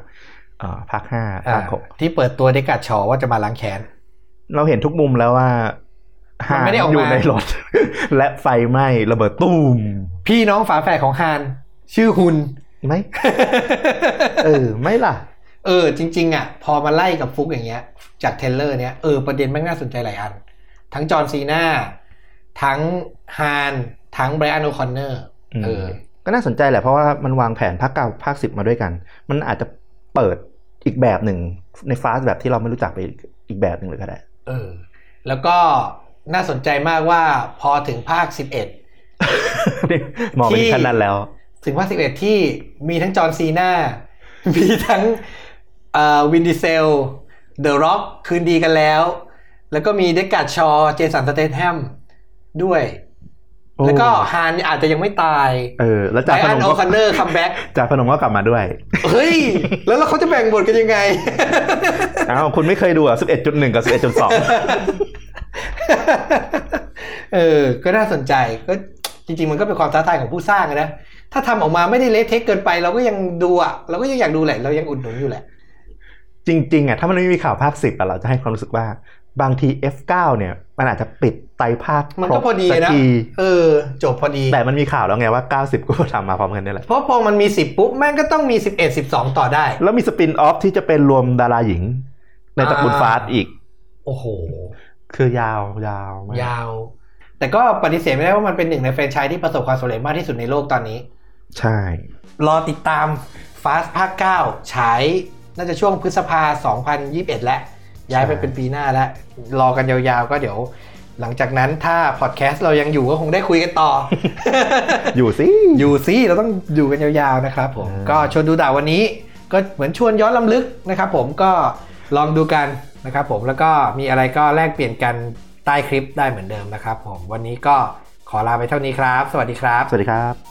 5ภาค6 ที่เปิดตัวเดกัดชอว่าจะมาล้างแค้นเราเห็นทุกมุมแล้วว่าฮานอยู่ในรถ และไฟไหม้ระเบิดตุ้มพี่น้องฝาแฝดของฮานชื่อฮุนไหม ไม่ล่ะจริงๆพอมาไล่กับฟุกอย่างเงี้ยจากเทรลเลอร์เนี้ยประเด็นมันน่าสนใจหลายอันทั้งจอห์นซีน่าทั้งฮานทั้งไบรอันโอคอนเนอร์ก็น่าสนใจแหละเพราะว่ามันวางแผนภาค9ภาค10มาด้วยกันมันอาจจะเปิดอีกแบบหนึ่งในฟาสแบบที่เราไม่รู้จักไปอีกแบบหนึ่งเลยก็ได้แล้วก็น่าสนใจมากว่าพอถึงภาค11 มองไปขนาดนั้นแล้วถึงภาค11ที่มีทั้งจอห์นซีน่ามีทั้งวินดิเซลเดอะร็อกคืนดีกันแล้วก็มีเดกัดชอเจสันสเตธแฮมด้วยแล้วก็ฮานอาจจะยังไม่ตายแล้วจ่าพนมก็คันเนอร์คัมแบ็กจ่าพนมก็กลับมาด้วยเฮ้ยแล้วเขาจะแบ่งบทกันยังไงคุณไม่เคยดู11.1 กับ 11.2 ก็น่าสนใจก็จริงๆมันก็เป็นความท้าทายของผู้สร้างนะถ้าทำออกมาไม่ได้เละเทะเกินไปเราก็ยังดูเราก็ยังอยากดูแหละเรายังอุดหนุนอยู่แหละจริงๆถ้ามันไม่มีข่าวภาค10เราจะให้ความรู้สึกว่าบางที F9 เนี่ยมันอาจจะปิดไตรภาคมันก็พอดีนะจบพอดีแต่มันมีข่าวแล้วไงว่า90ก็ทำมาพร้อมกันนี่แหละเพราะพอมันมี10ปุ๊บแม่งก็ต้องมี11 12ต่อได้แล้วมีสปินออฟที่จะเป็นรวมดาราหญิงในตระกูลฟาสอีกโอ้โหคือยาวมากยาวแต่ก็ปฏิเสธไม่ได้ว่ามันเป็นหนึ่งในแฟรนไชส์ที่ประสบความสำเร็จมากที่สุดในโลกตอนนี้ใช่รอติดตามฟาสภาค9ฉายน่าจะช่วงพฤษภาคม2021แล้วย้ายไปเป็นปีหน้าแล้วรอกันยาวๆก็เดี๋ยวหลังจากนั้นถ้าพอดแคสต์เรายังอยู่ก็คงได้คุยกันต่ออยู่สิเราต้องอยู่กันยาวๆนะครับผมก็ชวนดูดาววันนี้ก็เหมือนชวนย้อนล้ำลึกนะครับผมก็ลองดูกันนะครับผมแล้วก็มีอะไรก็แลกเปลี่ยนกันใต้คลิปได้เหมือนเดิมนะครับผมวันนี้ก็ขอลาไปเท่านี้ครับสวัสดีครับสวัสดีครับ